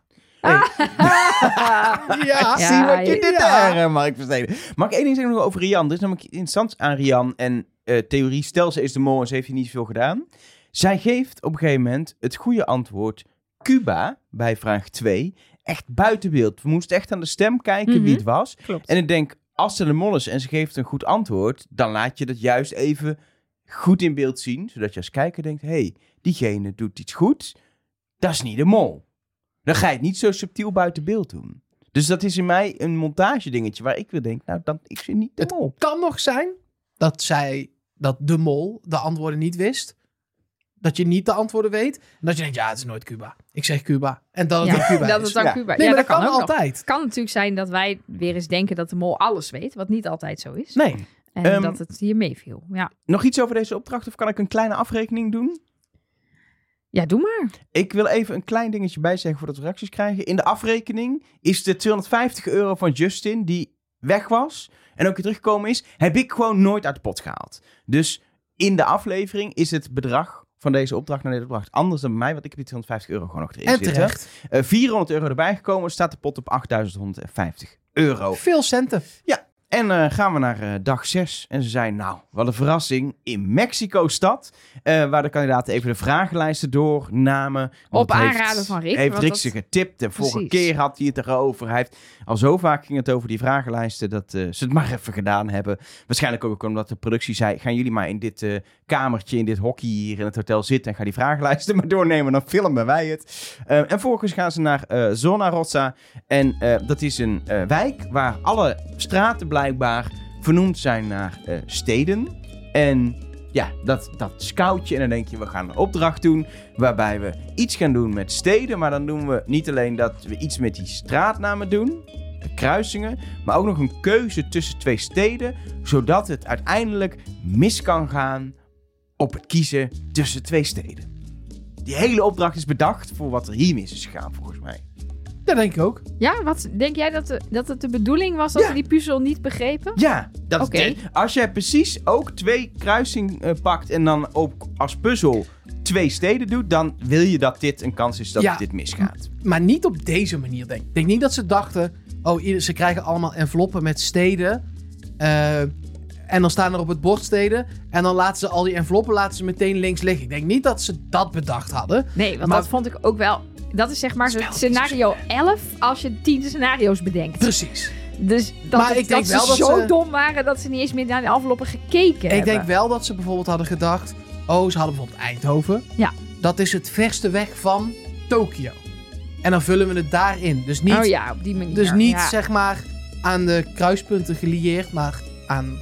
Ja, Ja, Zie wat je ja. dit daar, eh, Mark Versteden. Mag ik één ding zeggen nog over Rian? Er is namelijk interessant aan Rian en uh, theorie. Stel, ze is de mol en ze heeft hier niet veel gedaan. Zij geeft op een gegeven moment het goede antwoord Cuba bij vraag twee. Echt buiten beeld. We moesten echt aan de stem kijken Mhm. wie het was. Klopt. En ik denk, als ze de mol is en ze geeft een goed antwoord, dan laat je dat juist even goed in beeld zien. Zodat je als kijker denkt, hé, hey, diegene doet iets goed. Dat is niet de mol. Dan ga je het niet zo subtiel buiten beeld doen. Dus dat is in mij een montage dingetje waar ik weer denk, nou, dan ik zie niet de Het mol. kan nog zijn dat zij, dat de mol de antwoorden niet wist. Dat je niet de antwoorden weet. En dat je denkt, ja, het is nooit Cuba. Ik zeg Cuba. En dat het Ja, dan Cuba dat is. het dan Ja. Cuba. Nee, ja, maar dat kan, ook nog. altijd. Het kan natuurlijk zijn dat wij weer eens denken dat de mol alles weet. Wat niet altijd zo is. Nee. En Ehm, dat het hier meeviel. Ja. Nog iets over deze opdracht of kan ik een kleine afrekening doen? ja, doe maar. Ik wil even een klein dingetje bijzeggen voordat we reacties krijgen. In de afrekening is de tweehonderdvijftig euro van Justin die weg was en ook weer teruggekomen is, heb ik gewoon nooit uit de pot gehaald. Dus in de aflevering is het bedrag van deze opdracht naar deze opdracht anders dan bij mij, want ik heb die tweehonderdvijftig euro gewoon nog erin En zitten. terecht. Uh, vierhonderd euro erbij gekomen, staat de pot op achtduizend honderdvijftig euro. Veel centen. En uh, gaan we naar uh, dag zes. En ze zei, nou, wat een verrassing. In Mexico-stad. Uh, waar de kandidaten even de vragenlijsten doornamen. Op Want aanraden heeft, van Rick, Heeft want Rick dat- ze getipt. De vorige Precies. keer had hij het erover. Hij heeft al zo vaak ging het over die vragenlijsten. Dat uh, ze het maar even gedaan hebben. Waarschijnlijk ook omdat de productie zei, gaan jullie maar in dit uh, kamertje, in dit hokje hier in het hotel zitten. En ga die vragenlijsten maar doornemen. Dan filmen wij het. Uh, en vervolgens gaan ze naar uh, Zona Rosa. En uh, dat is een uh, wijk waar alle straten blijkbaar vernoemd zijn naar uh, steden. En ja, dat, dat scout je en dan denk je, we gaan een opdracht doen waarbij we iets gaan doen met steden. Maar dan doen we niet alleen dat we iets met die straatnamen doen, de kruisingen, maar ook nog een keuze tussen twee steden, zodat het uiteindelijk mis kan gaan op het kiezen tussen twee steden. Die hele opdracht is bedacht voor wat er hier mis is gegaan, volgens mij. Dat denk ik ook. Ja, wat denk jij dat, de, dat het de bedoeling was dat Ja. we die puzzel niet begrepen? Ja, dat Oké. is de- als jij precies ook twee kruisingen uh, pakt en dan ook als puzzel twee steden doet, dan wil je dat dit een kans is dat Ja. dit misgaat. Maar niet op deze manier, denk ik. Ik denk niet dat ze dachten... Oh, ieder- ze krijgen allemaal enveloppen met steden. eh, en dan staan er op het bord steden. En dan laten ze al die enveloppen laten ze meteen links liggen. Ik denk niet dat ze dat bedacht hadden. Nee, want Maar- dat vond ik ook wel... Dat is zeg maar zo Spelletjes. scenario elf als je tien scenario's bedenkt. Precies. Dus dat, Maar het- ik denk dat wel ze dat zo ze- dom waren dat ze niet eens meer naar de enveloppen gekeken hebben. Ik denk wel dat ze bijvoorbeeld hadden gedacht... Oh, ze hadden bijvoorbeeld Eindhoven. Ja. Dat is het verste weg van Tokio. En dan vullen we het daarin. Dus niet, Oh ja, op die manier. dus niet ja. zeg maar aan de kruispunten gelieerd... maar aan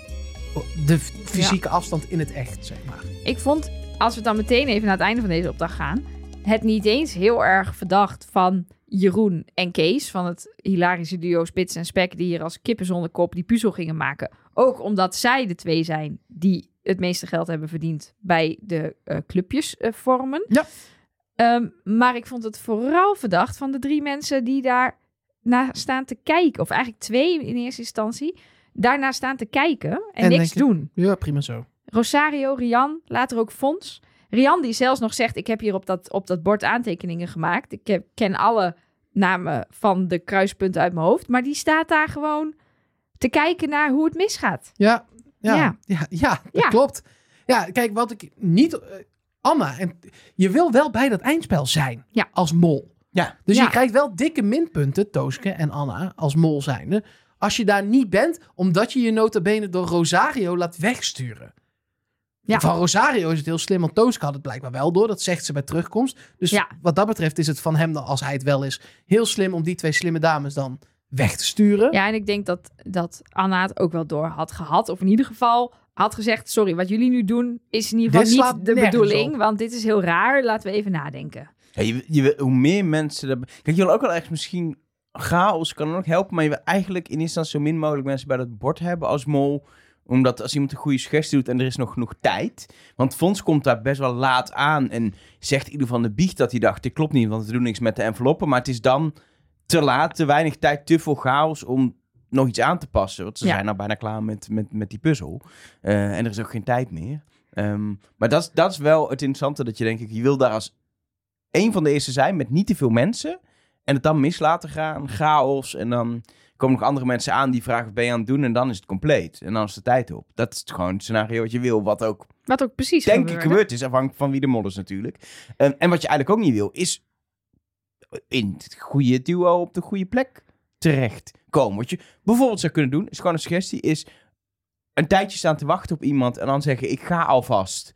de fysieke afstand in het echt, zeg maar. Ik vond, als we dan meteen even naar het einde van deze opdracht gaan... het niet eens heel erg verdacht van Jeroen en Kees... van het hilarische duo Spits en Spek... die hier als kippen zonder kop die puzzel gingen maken. Ook omdat zij de twee zijn die het meeste geld hebben verdiend... bij de uh, clubjes uh, vormen. Ja. Um, maar ik vond het vooral verdacht van de drie mensen die daar naar staan te kijken. Of eigenlijk twee in eerste instantie. Daarna staan te kijken en, En niks denken- doen. Ja, prima zo. Rosario, Rian, later ook Fons. Rian die zelfs nog zegt, ik heb hier op dat, op dat bord aantekeningen gemaakt. Ik heb, ken alle namen van de kruispunten uit mijn hoofd. Maar die staat daar gewoon te kijken naar hoe het misgaat. Ja, Ja, Ja. ja. ja, dat Ja. klopt. Ja, kijk, wat ik niet... Uh, Anna, en je wil wel bij dat eindspel zijn. Ja. Als mol. Ja. Dus Ja. je krijgt wel dikke minpunten, Tooske en Anna, als mol zijnde. Als je daar niet bent, omdat je je nota bene door Rosario laat wegsturen. Ja. Van Rosario is het heel slim, want Tooske had het blijkbaar wel door. Dat zegt ze bij terugkomst. Dus Ja. wat dat betreft is het van hem, dan, als hij het wel is, heel slim om die twee slimme dames dan weg te sturen. Ja, en ik denk dat, dat Anna het ook wel door had gehad. Of in ieder geval had gezegd, sorry, wat jullie nu doen is in ieder Dit geval slaat niet de nergens bedoeling. op. Want dit is heel raar. Laten we even nadenken. Ja, je, je, hoe meer mensen... Dat... Kijk, je wil ook wel ergens misschien... Chaos kan ook helpen, maar je wil eigenlijk in eerste instantie zo min mogelijk mensen bij dat bord hebben als mol. Omdat als iemand een goede suggestie doet en er is nog genoeg tijd. Want Fons komt daar best wel laat aan en zegt in ieder geval de biecht dat hij dacht, dit klopt niet, want we doen niks met de enveloppen. Maar het is dan te laat, te weinig tijd, te veel chaos om nog iets aan te passen. Want ze Ja. zijn nou bijna klaar met, met, met die puzzel. Uh, en er is ook geen tijd meer. Um, maar dat is, dat is wel het interessante, dat je denk ik, je wil daar als een van de eerste zijn met niet te veel mensen. En het dan mis laten gaan, chaos. En dan komen nog andere mensen aan die vragen, wat ben je aan het doen? En dan is het compleet. En dan is de tijd op. Dat is gewoon het scenario wat je wil, wat ook Wat ook precies denk gebeurde. ik gebeurd is, afhankelijk van wie de mol is natuurlijk. Um, en wat je eigenlijk ook niet wil, is in het goede duo op de goede plek terechtkomen. Wat je bijvoorbeeld zou kunnen doen, is gewoon een suggestie, is een tijdje staan te wachten op iemand en dan zeggen, ik ga alvast.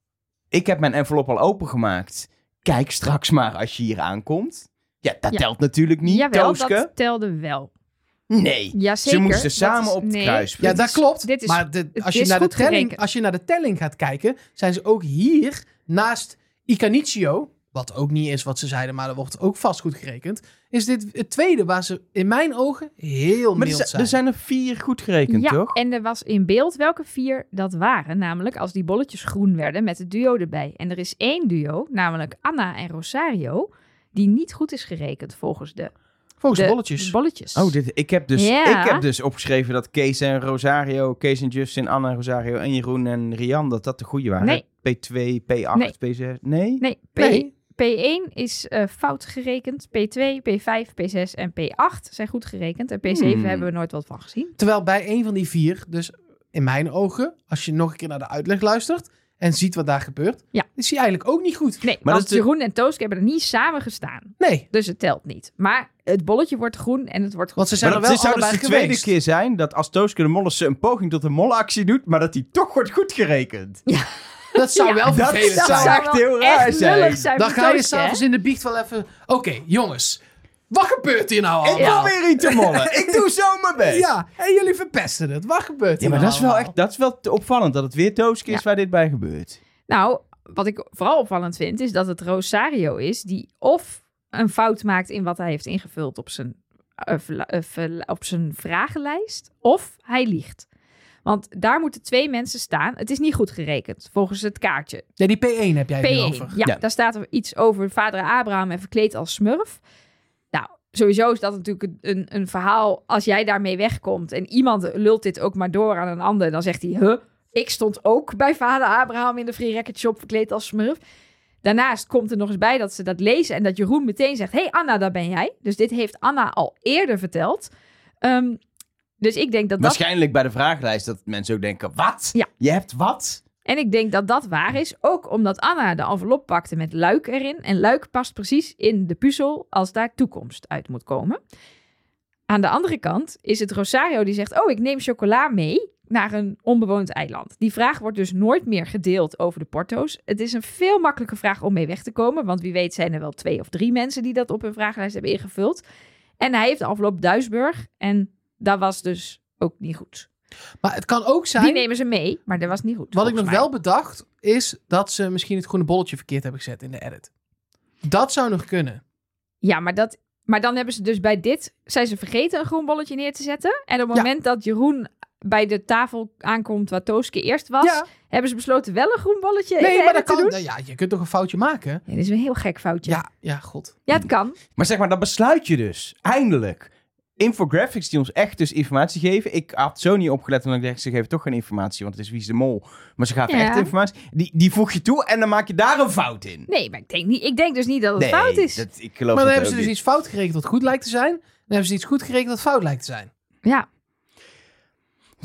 Ik heb mijn envelop al opengemaakt. Kijk straks maar als je hier aankomt. Ja, dat Ja. telt natuurlijk niet, Jawel, Tooske. dat telde wel. Nee, Jazeker. ze moesten Dat samen is- op het nee. kruispunt. Ja, dat klopt. dit is- maar de, het als, je is naar de goed telling, gerekend. als je naar de telling gaat kijken, zijn ze ook hier naast Icanicio, wat ook niet is wat ze zeiden, maar dat wordt ook vast goed gerekend, is dit het tweede waar ze in mijn ogen heel Maar er, mild zijn- zijn. er zijn er vier goed gerekend, Ja, toch? en er was in beeld welke vier dat waren. Namelijk als die bolletjes groen werden met het duo erbij. En er is één duo, namelijk Anna en Rosario, die niet goed is gerekend volgens de, Volgens de de bolletjes. bolletjes. Oh, dit, ik, heb dus, Ja. ik heb dus opgeschreven dat Kees en Rosario, Kees en Justin, Anna en Rosario en Jeroen en Rian, dat dat de goede waren. Nee. P twee, P acht, Nee. P zes. Nee? Nee, P, Nee. P één is eh, fout gerekend. P twee, P vijf, P zes en P acht zijn goed gerekend. En P zeven Hmm. hebben we nooit wat van gezien. Terwijl bij een van die vier, dus in mijn ogen, als je nog een keer naar de uitleg luistert en ziet wat daar gebeurt, Ja. is die eigenlijk ook niet goed. Nee, Maar want dat is de- Jeroen en Tooske hebben er niet samen gestaan. Nee, Dus het telt niet. Maar het bolletje wordt groen en het wordt goed. want ze zijn Maar er dat wel zou dus allebei de tweede geweest. keer zijn dat als Tooske de Mollesse een poging tot een molactie doet, maar dat die toch wordt goed gerekend. Dat zou Ja, wel dat vervelend zou zijn. echt heel raar echt zijn. lullig zijn Dan voor ga je Tooske, hè? s'avonds in de biecht wel even... Oké, jongens. Wat gebeurt hier nou Ik allemaal? probeer iets te mollen. Ik doe zo mijn best. Ja, en jullie verpesten het. Wat gebeurt Ja, hier maar nou dat is wel allemaal? echt, dat is wel te opvallend dat het weer Tooske is Ja. waar dit bij gebeurt. Nou, wat ik vooral opvallend vind, is dat het Rosario is die of een fout maakt in wat hij heeft ingevuld op zijn, uh, vla- uh, vla- op zijn vragenlijst, of hij liegt. Want daar moeten twee mensen staan. Het is niet goed gerekend, volgens het kaartje. Ja, die P één heb jij P het nu één, over. ja, Ja. daar staat er iets over vader Abraham en verkleed als smurf. Nou, sowieso is dat natuurlijk een, een, een verhaal. Als jij daarmee wegkomt en iemand lult dit ook maar door aan een ander, dan zegt hij, huh, ik stond ook bij vader Abraham in de Free Racket Shop verkleed als smurf. Daarnaast komt er nog eens bij dat ze dat lezen en dat Jeroen meteen zegt, hey Anna, daar ben jij. Dus dit heeft Anna al eerder verteld. Ehm, dus ik denk dat dat... Waarschijnlijk bij de vragenlijst dat mensen ook denken, wat? Ja. Je hebt wat? En ik denk dat dat waar is, ook omdat Anna de envelop pakte met Luik erin. En Luik past precies in de puzzel als daar toekomst uit moet komen. Aan de andere kant is het Rosario die zegt, oh, ik neem chocola mee naar een onbewoond eiland. Die vraag wordt dus nooit meer gedeeld over de porto's. Het is een veel makkelijke vraag om mee weg te komen, want wie weet zijn er wel twee of drie mensen die dat op hun vragenlijst hebben ingevuld. En hij heeft de envelop Duisburg en dat was dus ook niet goed. Maar het kan ook zijn... Die nemen ze mee, maar dat was niet goed. Wat ik nog volgens mij. wel bedacht, is dat ze misschien het groene bolletje verkeerd hebben gezet in de edit. Dat zou nog kunnen. Ja, maar, dat, maar dan hebben ze dus bij dit... zijn ze vergeten een groen bolletje neer te zetten. En op het Ja. moment dat Jeroen bij de tafel aankomt waar Tooske eerst was... Ja. hebben ze besloten wel een groen bolletje in Nee, de maar dat edit te kan. doen. Nou ja, je kunt toch een foutje maken? Ja, dit is een heel gek foutje. Ja, Ja, ja, god. het kan. Maar zeg maar, dan besluit je dus, eindelijk. Infographics die ons echt dus informatie geven. Ik had zo niet opgelet, want ik dacht, ze geven toch geen informatie, want het is Wie is de Mol. Maar ze gaven Ja. echt informatie. Die, die voeg je toe en dan maak je daar een fout in. Nee, maar ik denk, niet, ik denk dus niet dat het Nee, fout is. Dat, ik geloof Maar dan dat hebben ze ook dus niet. iets fout gerekend wat goed lijkt te zijn. Dan hebben ze iets goed gerekend wat fout lijkt te zijn. Ja, Ja,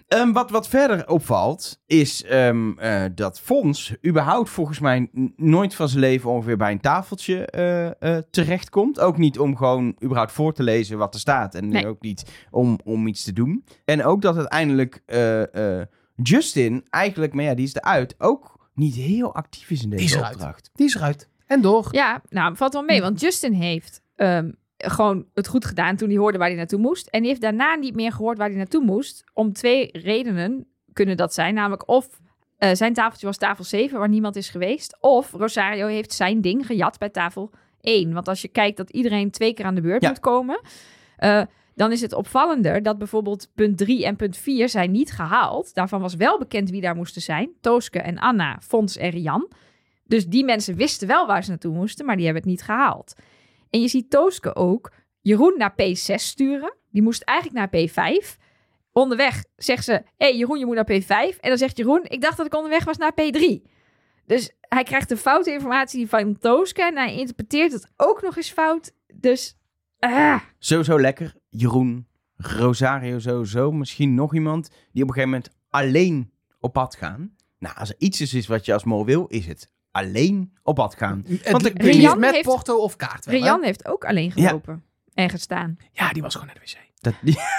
Um, wat, wat verder opvalt, is um, uh, dat Fons überhaupt volgens mij n- nooit van zijn leven ongeveer bij een tafeltje uh, uh, terechtkomt. Ook niet om gewoon überhaupt voor te lezen wat er staat. En Nee. ook niet om, om iets te doen. En ook dat uiteindelijk uh, uh, Justin eigenlijk, maar ja, die is eruit, ook niet heel actief is in Die deze is eruit. opdracht. Die is eruit. En door. Ja, nou, valt wel mee. Want Justin heeft um, gewoon het goed gedaan toen hij hoorde waar hij naartoe moest. En die heeft daarna niet meer gehoord waar hij naartoe moest. Om twee redenen kunnen dat zijn. Namelijk of uh, zijn tafeltje was tafel zeven, waar niemand is geweest. Of Rosario heeft zijn ding gejat bij tafel één. Want als je kijkt dat iedereen twee keer aan de beurt Ja. moet komen... Uh, dan is het opvallender dat bijvoorbeeld punt drie en punt vier zijn niet gehaald. Daarvan was wel bekend wie daar moesten zijn. Tooske en Anna, Fons en Rian. Dus die mensen wisten wel waar ze naartoe moesten, maar die hebben het niet gehaald. En je ziet Tooske ook Jeroen naar P zes sturen. Die moest eigenlijk naar P vijf. Onderweg zegt ze, hé hey, Jeroen, je moet naar P vijf. En dan zegt Jeroen, ik dacht dat ik onderweg was naar P drie. Dus hij krijgt de foute informatie van Tooske en hij interpreteert het ook nog eens fout. Dus, ah. Sowieso lekker. Jeroen, Rosario sowieso. Misschien nog iemand die op een gegeven moment alleen op pad gaan. Nou, als er iets is, is wat je als mol wil, is het alleen op pad gaan. Het Want dan kun je liefst Rian met heeft- Porto of kaart wel, hè? Rian heeft ook alleen gelopen en gestaan. Ja, die was gewoon naar de wc. Dat,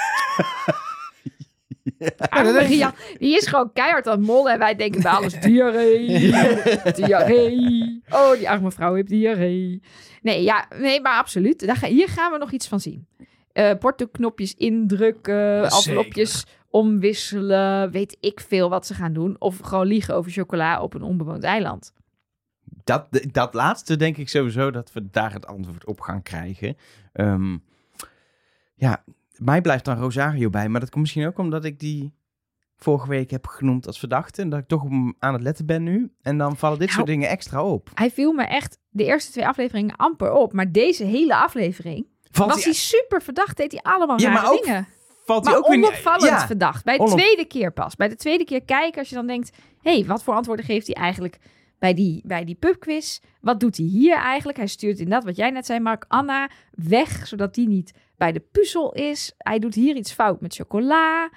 Arme dat is- Rian, die is gewoon keihard aan het mollen en wij denken bij alles diarree, diarree. Oh, die arme vrouw heeft diarree. Nee, ja, nee, maar absoluut. Daar ga, hier gaan we nog iets van zien. Uh, portoknopjes indrukken, envelopjes omwisselen, weet ik veel wat ze gaan doen. Of gewoon liegen over chocola op een onbewoond eiland. dat, dat laatste denk ik sowieso dat we daar het antwoord op gaan krijgen. Um, ja, mij blijft dan Rosario bij. Maar dat komt misschien ook omdat ik die vorige week heb genoemd als verdachte. En dat ik toch op hem aan het letten ben nu. En dan vallen dit Nou, soort dingen extra op. Hij viel me echt de eerste twee afleveringen amper op. Maar deze hele aflevering Valt was hij super verdacht. Deed hij allemaal Ja, rare maar ook dingen. Valt Maar hij ook weer onopvallend niet- ja. verdacht. Bij de Onop- tweede keer pas. Bij de tweede keer kijken als je dan denkt... hé, hey, wat voor antwoorden geeft hij eigenlijk bij die, bij die pubquiz? Wat doet hij hier eigenlijk? Hij stuurt inderdaad, wat jij net zei, Mark, Anna weg... zodat die niet bij de puzzel is. Hij doet hier iets fout met chocola.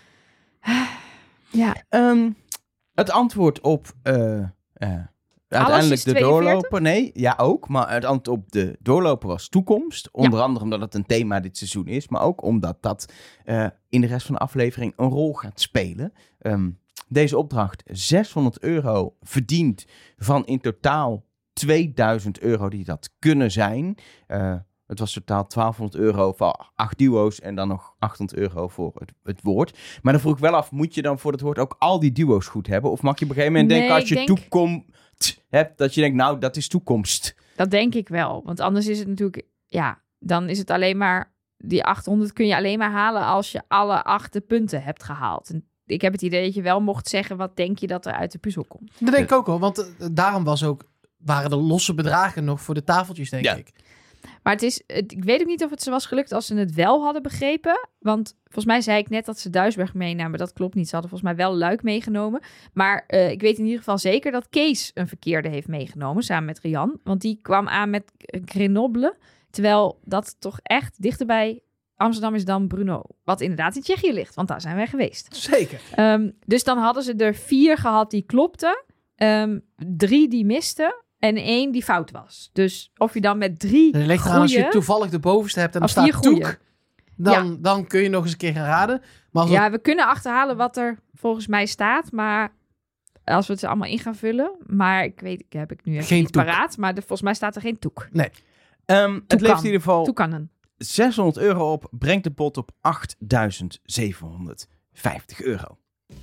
Ja, Um, het antwoord op uh, uh, uiteindelijk de tweeënveertig? doorloper. Nee, ja ook. Maar het antwoord op de doorloper was toekomst. Onder andere omdat het een thema dit seizoen is. Maar ook omdat dat uh, in de rest van de aflevering een rol gaat spelen. Um, deze opdracht zeshonderd euro verdient van in totaal tweeduizend euro die dat kunnen zijn. Uh, Het was totaal twaalfhonderd euro voor acht duo's en dan nog achthonderd euro voor het, het woord. Maar dan vroeg ik wel af, moet je dan voor het woord ook al die duo's goed hebben? Of mag je op een gegeven moment Nee, denken, als je ik denk- toekomst hebt, dat je denkt, nou, dat is toekomst. dat denk ik wel. Want anders is het natuurlijk... Ja, dan is het alleen maar... Die achthonderd kun je alleen maar halen als je alle acht de punten hebt gehaald. En ik heb het idee dat je wel mocht zeggen... wat denk je dat er uit de puzzel komt. Dat denk ik ook al, want uh, daarom was ook, waren de losse bedragen nog voor de tafeltjes, denk Ja. ik. Maar het is, het, ik weet ook niet of het ze was gelukt als ze het wel hadden begrepen. Want volgens mij zei ik net dat ze Duisberg meenamen. Dat klopt niet. Ze hadden volgens mij wel Luik meegenomen. Maar uh, ik weet in ieder geval zeker dat Kees een verkeerde heeft meegenomen. Samen met Rian. Want die kwam aan met Grenoble. Terwijl dat toch echt dichterbij Amsterdam is dan Brno. Wat inderdaad in Tsjechië ligt. Want daar zijn wij geweest. Zeker. Um, dus dan hadden ze er vier gehad die klopten. Um, drie die misten. En één die fout was. Dus of je dan met drie Het ligt eraan als je goeie- toevallig de bovenste hebt en er Of vier staat goeie. toek. Dan, dan kun je nog eens een keer gaan raden. Maar als het- Ja, we kunnen achterhalen wat er volgens mij staat, maar als we het allemaal in gaan vullen. Maar ik weet, ik heb ik nu even Geen niet toek. paraat, maar de, volgens mij staat er geen toek. Um, het Toekan. levert in ieder geval Toekannen. zeshonderd euro op, brengt de pot op achtduizend zevenhonderdvijftig euro.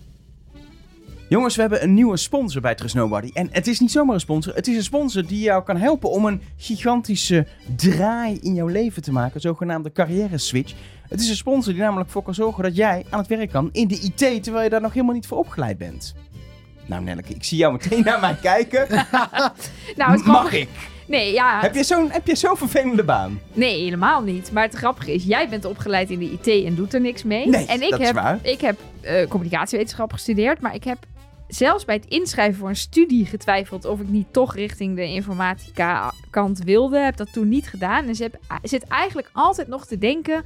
Jongens, we hebben een nieuwe sponsor bij Trust Nobody. En het is niet zomaar een sponsor. Het is een sponsor die jou kan helpen om een gigantische draai in jouw leven te maken. Zogenaamde carrière switch. Het is een sponsor die namelijk voor kan zorgen dat jij aan het werk kan in de I T, terwijl je daar nog helemaal niet voor opgeleid bent. Nou Nelleke, ik zie jou meteen naar mij kijken. Nou, het Mag grappige- ik? Nee, ja. Heb je zo'n heb je zo'n vervelende baan? Nee, helemaal niet. Maar het grappige is, jij bent opgeleid in de I T en doet er niks mee. Nee, en ik dat is heb, waar. Ik heb uh, communicatiewetenschap gestudeerd, maar ik heb zelfs bij het inschrijven voor een studie getwijfeld of ik niet toch richting de informatica kant wilde. Heb dat toen niet gedaan. En ze heb, zit eigenlijk altijd nog te denken,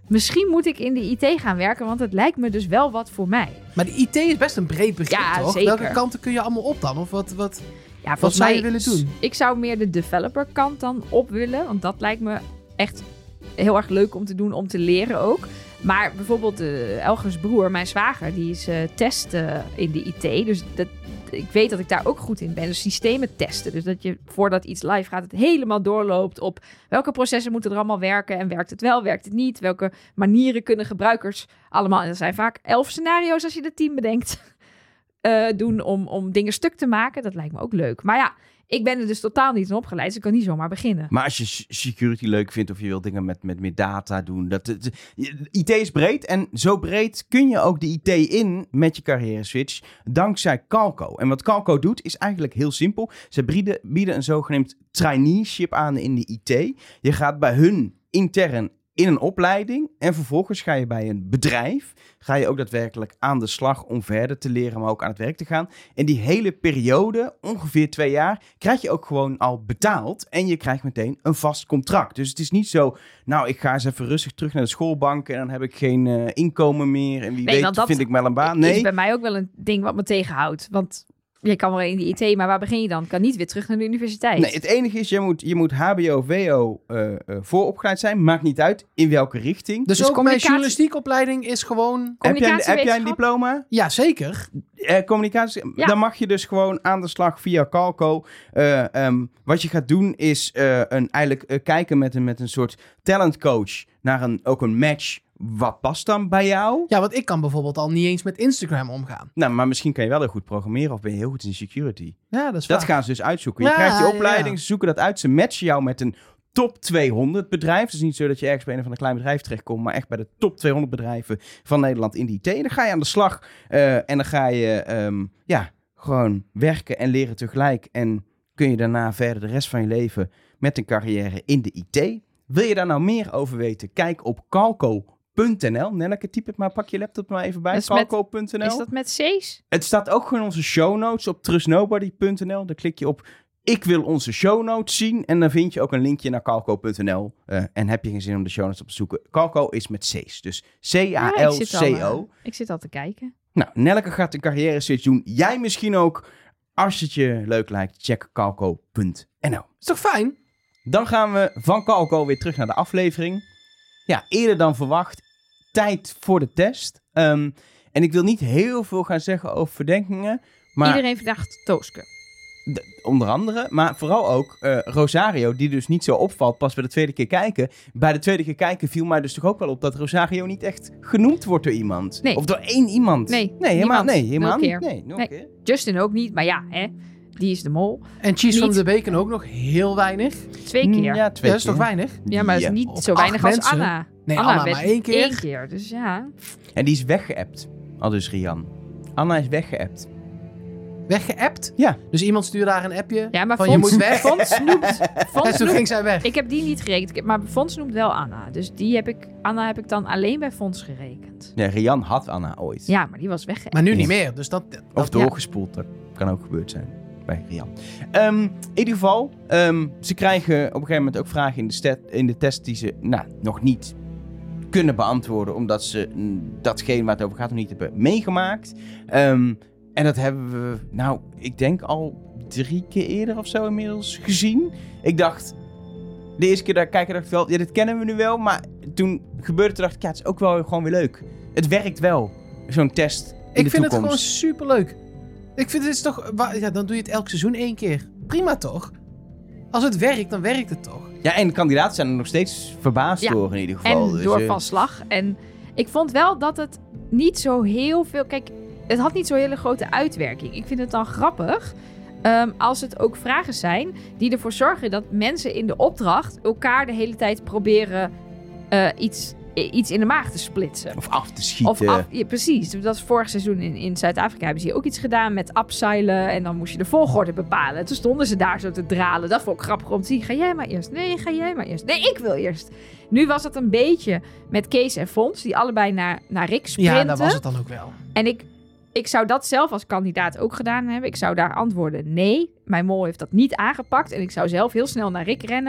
misschien moet ik in de I T gaan werken, want het lijkt me dus wel wat voor mij. Maar de I T is best een breed begrip, Ja, toch? zeker. Welke kanten kun je allemaal op dan? Of wat, wat... Ja, Wat volgens zou mij, je willen doen? Ik zou meer de developer kant dan op willen. Want dat lijkt me echt heel erg leuk om te doen, om te leren ook. Maar bijvoorbeeld uh, Elgers broer, mijn zwager, die is uh, test uh, in de I T. Dus dat, ik weet dat ik daar ook goed in ben. Dus systemen testen. Dus dat je voordat iets live gaat, het helemaal doorloopt op welke processen moeten er allemaal werken. En werkt het wel, werkt het niet? Welke manieren kunnen gebruikers allemaal... En er zijn vaak elf scenario's als je het team bedenkt. Uh, doen om, om dingen stuk te maken. Dat lijkt me ook leuk. Maar ja, ik ben er dus totaal niet in opgeleid. Dus ik kan niet zomaar beginnen. Maar als je security leuk vindt of je wilt dingen met, met meer data doen. Dat, dat, I T is breed en zo breed kun je ook de I T in met je carrière switch. Dankzij Calco. En wat Calco doet is eigenlijk heel simpel. Ze bieden, bieden een zogenaamd traineeship aan in de I T. Je gaat bij hun intern in een opleiding en vervolgens ga je bij een bedrijf, ga je ook daadwerkelijk aan de slag om verder te leren, maar ook aan het werk te gaan. En die hele periode, ongeveer twee jaar, krijg je ook gewoon al betaald en je krijgt meteen een vast contract. Dus het is niet zo, nou ik ga eens even rustig terug naar de schoolbank en dan heb ik geen uh, inkomen meer en wie Nee, weet dat vind ik wel een baan. Nee, is bij mij ook wel een ding wat me tegenhoudt. Want je kan wel in de I T, maar waar begin je dan? Kan niet weer terug naar de universiteit. Nee, het enige is, je moet, je moet H B O, V O uh, uh, vooropgeleid zijn. Maakt niet uit in welke richting. Dus, Dus ook mijn communicatie- journalistiekopleiding is gewoon... Heb jij, heb jij een communicatiewetenschap? diploma? Ja, zeker. Eh, communicatie, Ja. dan mag je dus gewoon aan de slag via Calco. Uh, um, wat je gaat doen is uh, een, eigenlijk uh, kijken met een, met een soort talentcoach naar een, ook een match. Wat past dan bij jou? Ja, want ik kan bijvoorbeeld al niet eens met Instagram omgaan. Nou, maar misschien kan je wel heel goed programmeren of ben je heel goed in security. Ja, dat is Dat waar. gaan ze dus uitzoeken. Je Ja, krijgt die opleiding, ja. ze zoeken dat uit. Ze matchen jou met een top tweehonderd bedrijf. Het is niet zo dat je ergens bij een van de kleine bedrijven terechtkomt, maar echt bij de top tweehonderd bedrijven van Nederland in de I T. En dan ga je aan de slag uh, en dan ga je um, ja, gewoon werken en leren tegelijk. En kun je daarna verder de rest van je leven met een carrière in de I T. Wil je daar nou meer over weten? Kijk op calco punt n l. Nelleke, typ het maar, pak je laptop maar even bij. Dat is met- calco punt n l. Is dat met C's? Het staat ook gewoon in onze show notes op trustnobody punt n l. Daar klik je op ik wil onze show notes zien. En dan vind je ook een linkje naar calco punt n l. Uh, en heb je geen zin om de show notes op te zoeken. Calco is met C's. Dus C A L Ja, ik zit al, C uh, O. ik zit al te kijken. Nou, Nelleke gaat een carrière switch doen. Jij misschien ook. Als het je leuk lijkt, check calco punt n l. Is toch fijn? Dan gaan we van Calco weer terug naar de aflevering. Ja, eerder dan verwacht. Tijd voor de test. Um, en ik wil niet heel veel gaan zeggen over verdenkingen. Maar Iedereen verdacht Tooske. d- onder andere, maar vooral ook uh, Rosario, die dus niet zo opvalt pas bij de tweede keer kijken. Bij de tweede keer kijken viel mij dus toch ook wel op dat Rosario niet echt genoemd wordt door iemand. Nee. Of door één iemand. Nee, nee helemaal, niemand. nee, helemaal Nul niet. keer. Nee, nul Nee. keer. Justin ook niet, maar ja, hè, die is de mol. En Cheese van Niet. de Bacon ook nog heel weinig. Twee keer. Ja, Ja, twee Ja, dat is keer. toch weinig? maar dat is Ja. niet Op zo weinig acht als mensen. Anna. Nee, Anna werd maar één keer. Één keer, dus ja. En die is weggeappt. Al dus Rian. Anna is weggeappt. Weggeappt? Ja. Dus iemand stuurde daar een appje Ja, maar van Fons, je moet weg. Fons noemt... En Fons toen noemt ging zij weg. ik heb die niet gerekend, Ik heb- maar Fons noemt wel Anna. Dus die heb ik, Anna heb ik dan alleen bij Fons gerekend. Nee, Rian had Anna ooit. Ja, maar die was weggeëpt. Maar nu niet Ja. meer. Dus dat, Of dat doorgespoeld, dat kan ook gebeurd zijn bij Rian. Um, in ieder geval, um, ze krijgen op een gegeven moment ook vragen in de, stat, in de test die ze nou, nog niet kunnen beantwoorden, omdat ze mm, datgene waar het over gaat nog niet hebben meegemaakt. Um, en dat hebben we, nou, ik denk al drie keer eerder of zo inmiddels gezien. Ik dacht, de eerste keer dat ik kijken dacht ik wel, ja, dit kennen we nu wel. Maar toen gebeurde het, dacht ik, ja, het is ook wel gewoon weer leuk. Het werkt wel, zo'n test in ik de vind het toekomst. gewoon superleuk. Ik vind het is toch... wa- Ja, dan doe je het elk seizoen één keer. Prima toch? Als het werkt, dan werkt het toch? Ja, en de kandidaten zijn er nog steeds verbaasd Ja, door in ieder geval. En Dus, door eh, van slag. En ik vond wel dat het niet zo heel veel... Kijk, het had niet zo'n hele grote uitwerking. Ik vind het dan grappig um, als het ook vragen zijn die ervoor zorgen dat mensen in de opdracht elkaar de hele tijd proberen uh, iets, iets in de maag te splitsen. Of af te schieten. Of af, ja, precies. Dat was vorig seizoen in, in Zuid-Afrika. Hebben ze hier ook iets gedaan met upseilen. En dan moest je de volgorde bepalen. Toen stonden ze daar zo te dralen. Dat vond ik grappig om te zien. Ga jij maar eerst. Nee, ga jij maar eerst. Nee, ik wil eerst. Nu was het een beetje met Kees en Fons. Die allebei naar, naar Rick sprinten. Ja, dat was het dan ook wel. En ik, ik zou dat zelf als kandidaat ook gedaan hebben. Ik zou daar antwoorden nee. Mijn mol heeft dat niet aangepakt. En ik zou zelf heel snel naar Rick rennen.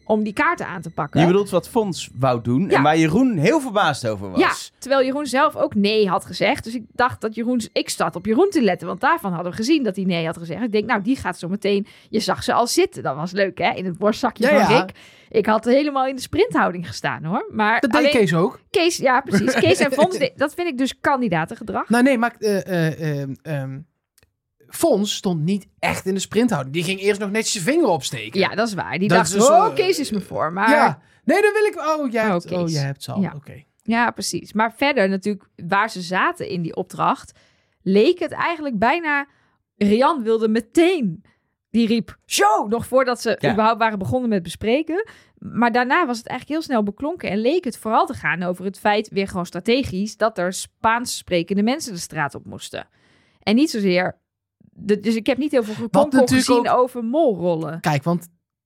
om die kaarten aan te pakken. Je bedoelt wat Fons wou doen Ja. en waar Jeroen heel verbaasd over was. Ja, terwijl Jeroen zelf ook nee had gezegd. Dus ik dacht dat Jeroen... Ik zat op Jeroen te letten, want daarvan hadden we gezien dat hij nee had gezegd. Ik denk, nou, die gaat zo meteen... Je zag ze al zitten. Dat was leuk, hè? In het borstzakje Ja, van ja. Rick. Ik had helemaal in de sprinthouding gestaan, hoor. Maar Dat deed alleen Kees ook. Kees, ja, precies. Kees en Fons, de- dat vind ik dus kandidatengedrag. Nou nee, maar eh, eh, eh, ehm, Fons stond niet echt in de sprinthouding. Die ging eerst nog netjes zijn vinger opsteken. Ja, dat is waar. Die Dat dacht, is dus, oh, eh, Kees is me voor. Maar Ja. Nee, dan wil ik... Oh, jij Oh, hebt, Kees. oh, jij hebt ze al. Ja. Oké. Ja, precies. Maar verder natuurlijk, waar ze zaten in die opdracht, leek het eigenlijk bijna... Rian wilde meteen, die riep, show! Nog voordat ze Ja. überhaupt waren begonnen met bespreken. Maar daarna was het eigenlijk heel snel beklonken. En leek het vooral te gaan over het feit, weer gewoon strategisch, dat er Spaans sprekende mensen de straat op moesten. En niet zozeer... De, dus ik heb niet heel veel gekonkel natuurlijk gezien ook- over molrollen. Kijk, want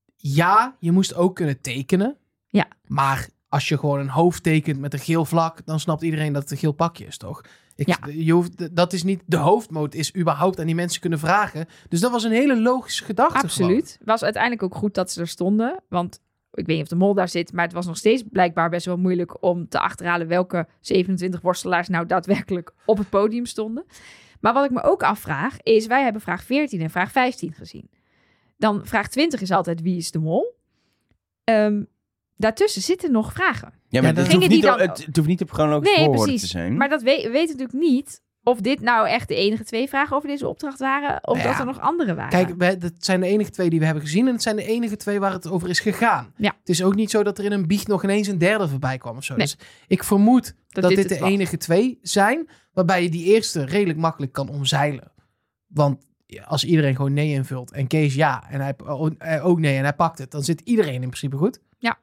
ja, je moest ook kunnen tekenen. Ja. Maar als je gewoon een hoofd tekent met een geel vlak, dan snapt iedereen dat het een geel pakje is, toch? Ik, Ja. je hoeft, dat is niet de hoofdmoot, is überhaupt aan die mensen kunnen vragen. Dus dat was een hele logische gedachte. Absoluut. Het was uiteindelijk ook goed dat ze er stonden. Want ik weet niet of de mol daar zit, maar het was nog steeds blijkbaar best wel moeilijk om te achterhalen welke zevenentwintig worstelaars nou daadwerkelijk op het podium stonden. Maar wat ik me ook afvraag is, wij hebben vraag veertien en vraag vijftien gezien. Dan vraag twintig is altijd wie is de mol? Ehm, daartussen zitten nog vragen. Ja, maar Ja, dat- het, hoeft Gingen niet die op, dan- het, het hoeft niet op chronologische Nee, volgorde precies. te zijn. Maar dat we, we weten natuurlijk niet of dit nou echt de enige twee vragen over deze opdracht waren, of Nou ja. dat er nog andere waren. Kijk, we, dat zijn de enige twee die we hebben gezien en het zijn de enige twee waar het over is gegaan. Ja. Het is ook niet zo dat er in een biecht nog ineens een derde voorbij kwam of zo. Nee. Dus ik vermoed dat, dit, dit de het was. enige twee zijn, waarbij je die eerste redelijk makkelijk kan omzeilen. Want als iedereen gewoon nee invult en Kees ja en hij oh, eh, ook nee en hij pakt het, dan zit iedereen in principe goed. Ja.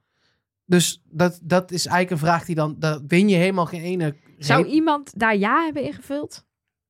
Dus dat, dat is eigenlijk een vraag die dan, daar win je helemaal geen ene... Zou re- iemand daar ja hebben ingevuld?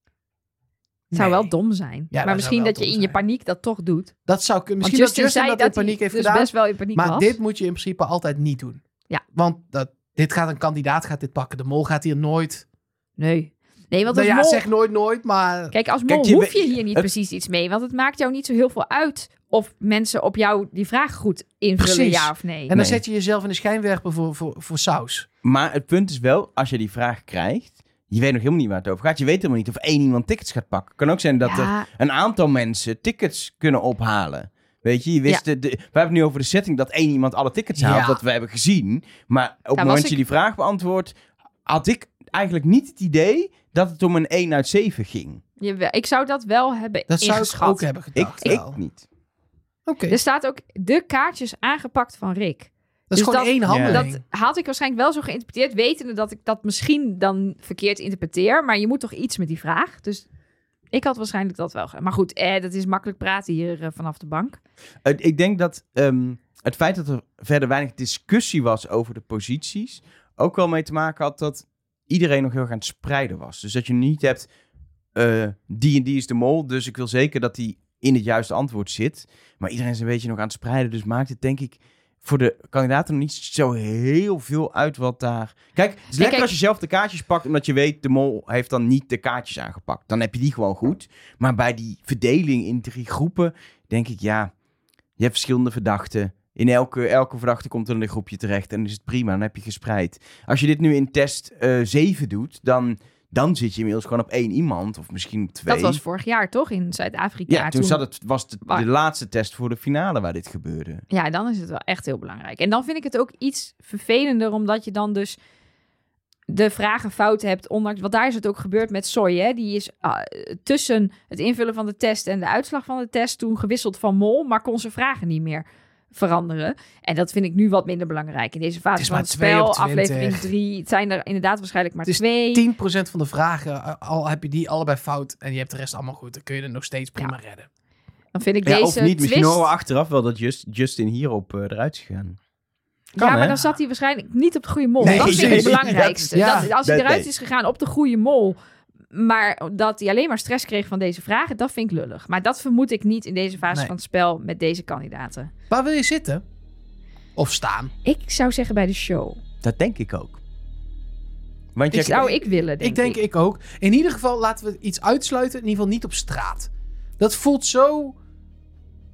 Zou Nee. wel dom zijn. dat maar misschien zou wel dat je dom in je zijn. paniek dat toch doet. Dat zou kunnen. Want Misschien Justin dat Justin zei dat in dat paniek hij heeft dus gedaan. best wel in paniek Maar was. dit moet je in principe altijd niet doen. Ja. Want dat, dit gaat een kandidaat gaat dit pakken. De mol gaat hier nooit... Nee. Nee, want Nou als ja, mol... zeg nooit nooit, maar... Kijk, als Kijk, mol je hoef weet- je hier niet het- precies iets mee. Want het maakt jou niet zo heel veel uit of mensen op jou die vraag goed invullen, Precies. ja of nee. En dan Nee. zet je jezelf in de schijnwerper voor, voor, voor saus. Maar het punt is wel, als je die vraag krijgt, je weet nog helemaal niet waar het over gaat. Je weet helemaal niet of één iemand tickets gaat pakken. Kan ook zijn dat er ja, een aantal mensen tickets kunnen ophalen. Weet je, je wist de, de- we hebben het nu over de setting dat één iemand alle tickets haalt, Ja. dat we hebben gezien. Maar op het was moment dat ik- je die vraag beantwoordt, had ik eigenlijk niet het idee dat het om een één uit zeven ging. jawel, ik zou dat wel hebben Dat zou ik ingeschat. ook hebben Ik, gedacht. ik wel. niet. Oké, Er staat ook de kaartjes aangepakt van Rick. dat is dus gewoon dat- één handeling. Dat had ik waarschijnlijk wel zo geïnterpreteerd, wetende dat ik dat misschien dan verkeerd interpreteer. Maar je moet toch iets met die vraag. Dus ik had waarschijnlijk dat wel gedaan. Maar goed, eh, dat is makkelijk praten hier eh, vanaf de bank. Uh, ik denk dat ehm, het feit dat er verder weinig discussie was over de posities ook wel mee te maken had dat iedereen nog heel erg aan het spreiden was. Dus dat je niet hebt, uh, die en die is de mol, dus ik wil zeker dat die in het juiste antwoord zit. Maar iedereen is een beetje nog aan het spreiden, dus maakt het denk ik voor de kandidaten nog niet zo heel veel uit wat daar... Kijk, het is lekker kijk- als je zelf de kaartjes pakt, omdat je weet, de mol heeft dan niet de kaartjes aangepakt. Dan heb je die gewoon goed. Maar bij die verdeling in drie groepen, denk ik, ja, je hebt verschillende verdachten. In elke, elke verdachte komt er in een groepje terecht en dan is het prima, dan heb je gespreid. Als je dit nu in test uh, zeven doet, dan, dan zit je inmiddels gewoon op één iemand, of misschien op twee. Dat was vorig jaar toch in Zuid-Afrika? Ja, toen zat het, was het Maar- de laatste test voor de finale waar dit gebeurde. Ja, dan is het wel echt heel belangrijk. En dan vind ik het ook iets vervelender, omdat je dan dus de vragen fout hebt. Ondanks, want daar is het ook gebeurd met Soy. Hè? Die is uh, tussen het invullen van de test en de uitslag van de test toen gewisseld van mol, maar kon zijn vragen niet meer veranderen. En dat vind ik nu wat minder belangrijk. In deze fase Het is van maar het twee spel, op twintig. aflevering drie, het zijn er inderdaad waarschijnlijk maar Het is twee. tien procent van de vragen, al heb je die allebei fout en je hebt de rest allemaal goed, dan kun je er nog steeds prima redden. Dan vind ik Ja, deze of niet, misschien twist... horen we achteraf wel dat Just, Justin hierop uh, eruit is gegaan. Kan, ja, maar hè? dan zat hij waarschijnlijk niet op de goede mol. Nee, dat vind ik nee, het belangrijkste. dat- ja, dat, als hij dat- eruit nee. is gegaan op de goede mol, maar dat hij alleen maar stress kreeg van deze vragen, dat vind ik lullig. Maar dat vermoed ik niet in deze fase Nee. van het spel met deze kandidaten. Waar wil je zitten? Of staan? Ik zou zeggen bij de show. Dat denk ik ook. Want Dat je, zou ik willen, denk ik denk ik. ook. In ieder geval laten we iets uitsluiten. In ieder geval niet op straat. Dat voelt zo...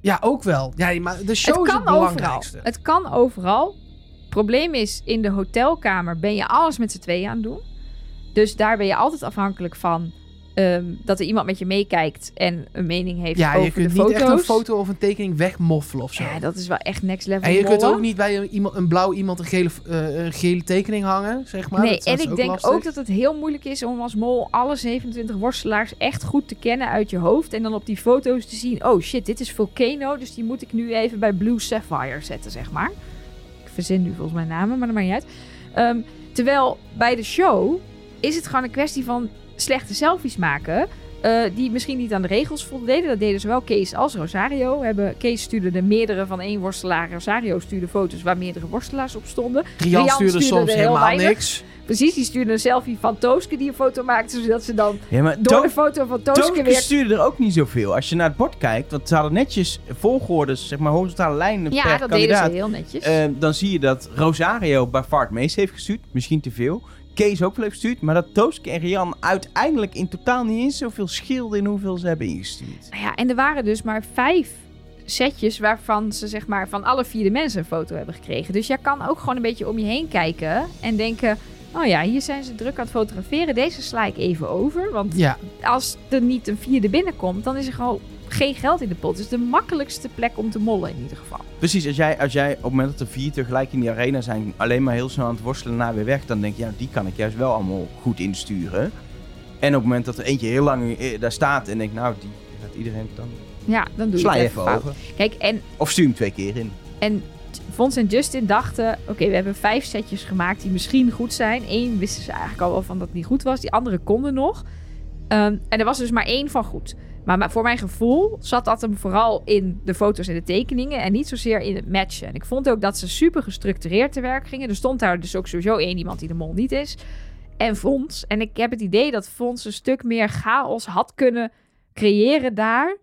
Ja, ook wel. Ja, maar de show Het is kan het belangrijkste. overal. Het kan overal. Probleem is, in de hotelkamer ben je alles met z'n tweeën aan het doen. Dus daar ben je altijd afhankelijk van um, dat er iemand met je meekijkt en een mening heeft Ja, over je kunt de niet foto's. echt een foto of een tekening wegmoffelen of zo. Ja, dat is wel echt next level En je kunt mollen. ook niet bij een, iemand, een blauw iemand een gele, uh, een gele tekening hangen, zeg maar. Nee, dat, dat en is ik ook denk lastig. ook dat het heel moeilijk is om als mol alle zevenentwintig worstelaars echt goed te kennen uit je hoofd. En dan op die foto's te zien, oh shit, dit is Volcano, dus die moet ik nu even bij Blue Sapphire zetten, zeg maar. Ik verzin nu volgens mij namen, maar dat maakt niet uit. Um, terwijl bij de show is het gewoon een kwestie van slechte selfies maken. Uh, die misschien niet aan de regels voldeden. Dat deden zowel Kees als Rosario. Hebben, Kees stuurde de meerdere van één worstelaar. Rosario stuurde foto's waar meerdere worstelaars op stonden. Rian, Rian stuurde, stuurde soms er heel helemaal weinig. niks. Precies, die stuurde een selfie van Tooske die een foto maakte. Zodat ze dan Ja, maar door To- de foto van Tooske Tooske weer... stuurde er ook niet zoveel. Als je naar het bord kijkt, want ze hadden netjes volgordes, zeg maar horizontale lijnen Ja, per dat kandidaat. deden ze heel netjes. Uh, dan zie je dat Rosario bij Fart Mees heeft gestuurd. Misschien te veel. Kees ook wel heeft gestuurd. Maar dat Tooske en Rian uiteindelijk in totaal niet eens zoveel scheelden in hoeveel ze hebben ingestuurd. Nou ja, en er waren dus maar vijf setjes waarvan ze zeg maar van alle vier de mensen een foto hebben gekregen. Dus jij kan ook gewoon een beetje om je heen kijken en denken... Oh ja, hier zijn ze druk aan het fotograferen. Deze sla ik even over. Want Ja. als er niet een vierde binnenkomt, dan is er gewoon geen geld in de pot. Het is de makkelijkste plek om te mollen in ieder geval. Precies, als jij, als jij op het moment dat er vier tegelijk in die arena zijn... alleen maar heel snel aan het worstelen naar weer weg... dan denk je, ja, die kan ik juist wel allemaal goed insturen. En op het moment dat er eentje heel lang eh, daar staat... en denk nou, die gaat iedereen dan... Ja, dan doe Sla je je het even fout. over. Kijk, en, Of stuur hem twee keer in. en Fons en Justin dachten... Oké, okay, we hebben vijf setjes gemaakt die misschien goed zijn. Eén wisten ze eigenlijk al wel van dat het niet goed was. Die andere konden nog. Um, en er was dus maar één van goed. Maar, maar voor mijn gevoel zat dat hem vooral in de foto's en de tekeningen... en niet zozeer in het matchen. En ik vond ook dat ze super gestructureerd te werk gingen. Er stond daar dus ook sowieso één iemand die de mol niet is. En Fons. En ik heb het idee dat Fons een stuk meer chaos had kunnen creëren daar...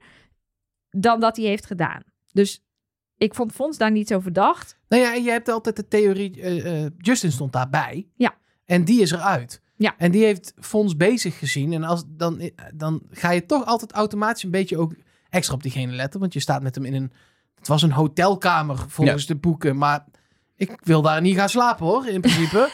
dan dat hij heeft gedaan. Dus ik vond Fons daar niet zo verdacht. Nou ja, en je hebt altijd de theorie... Uh, uh, Justin stond daarbij. Ja. En die is eruit. Ja. En die heeft Fons bezig gezien. En als, dan, dan ga je toch altijd automatisch een beetje ook extra op diegene letten. Want je staat met hem in een... Het was een hotelkamer volgens ja. de boeken. Maar ik wil daar niet gaan slapen hoor, in principe.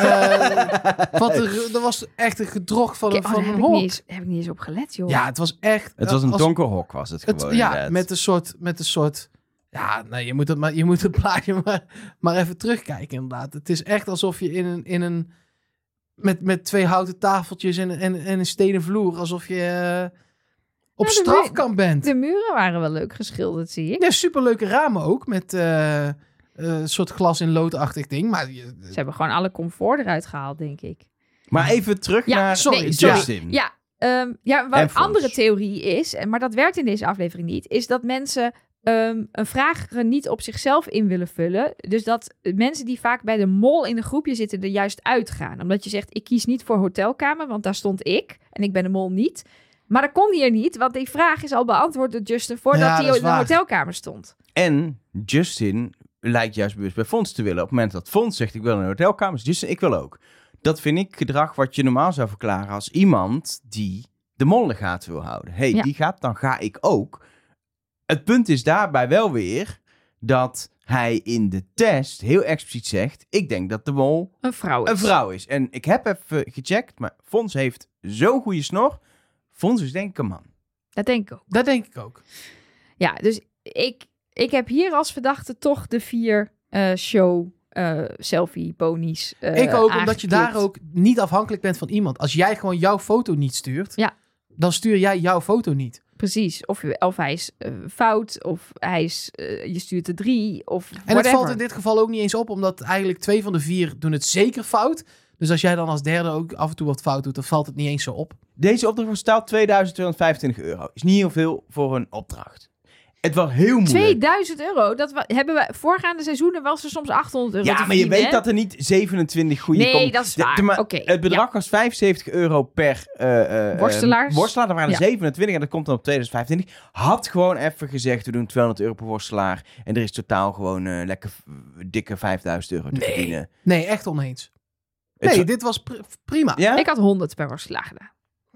uh, want er, er was echt een gedrog van, Kijk, een, van oh, een heb hok. Ik niet eens, heb ik niet eens op gelet, joh. Ja, het was echt... Het was een als, donker hok, was het gewoon. Het, ja, inderdaad. met een soort... Met een soort ja, nee, je moet het, maar, je moet het plaatje maar, maar even terugkijken inderdaad. Het is echt alsof je in een... In een met, met twee houten tafeltjes en, en, en een stenen vloer. Alsof je uh, op ja, strafkamp bent. De muren waren wel leuk geschilderd, zie ik. Ja, superleuke ramen ook. Met uh, uh, een soort glas in loodachtig ding. Maar, uh, Ze hebben gewoon alle comfort eruit gehaald, denk ik. Maar even terug ja, naar sorry, nee, sorry. Justin. Ja, um, ja wat een andere theorie is, maar dat werkt in deze aflevering niet, is dat mensen um, een vraag niet op zichzelf in willen vullen. Dus dat mensen die vaak bij de mol in een groepje zitten er juist uitgaan. Omdat je zegt, ik kies niet voor hotelkamer, want daar stond ik en ik ben de mol niet. Maar dat kon hier niet, want die vraag is al beantwoord door Justin voordat ja, hij in de hotelkamer stond. En Justin lijkt juist bewust bij Fons te willen. Op het moment dat Fons zegt, ik wil een hotelkamer, Justin, ik wil ook. Dat vind ik gedrag wat je normaal zou verklaren als iemand die de mol in de gaten wil houden. Hé, hey, ja. die gaat, dan ga ik ook. Het punt is daarbij wel weer dat hij in de test heel expliciet zegt, ik denk dat de mol een vrouw is. Een vrouw is. En ik heb even gecheckt, maar Fons heeft zo'n goede snor. Fons is denk ik een man. Dat denk ik ook. Dat denk ik ook. Ja, dus ik, ik heb hier als verdachte toch de vier uh, show uh, selfie ponies uh, Ik ook, aangeklikt. omdat je daar ook niet afhankelijk bent van iemand. Als jij gewoon jouw foto niet stuurt, ja. dan stuur jij jouw foto niet. Precies, of, of hij is uh, fout, of hij is, uh, je stuurt er drie, of En whatever. het valt in dit geval ook niet eens op, omdat eigenlijk twee van de vier doen het zeker fout. Dus als jij dan als derde ook af en toe wat fout doet, dan valt het niet eens zo op. Deze opdracht was totaal tweeduizend tweehonderdvijfentwintig euro. Is niet heel veel voor een opdracht. Het was heel moeilijk. tweeduizend euro, dat wa- hebben we voorgaande seizoenen was er soms achthonderd euro Ja, te maar je verdienen, weet hè? dat er niet zevenentwintig goede Nee, komen. dat is De- waar. de- maar Oké, het bedrag ja. was vijfenzeventig euro per uh, uh, Worstelaars. worstelaar. Er waren er Ja. zevenentwintig en dat komt dan op tweeduizend vijfentwintig. Had gewoon even gezegd, we doen tweehonderd euro per worstelaar. En er is totaal gewoon uh, lekker uh, dikke vijfduizend euro te Nee. verdienen. Nee, echt oneens. Het Nee, zo- dit was pr- prima. Ja? Ik had honderd per worstelaar gedaan.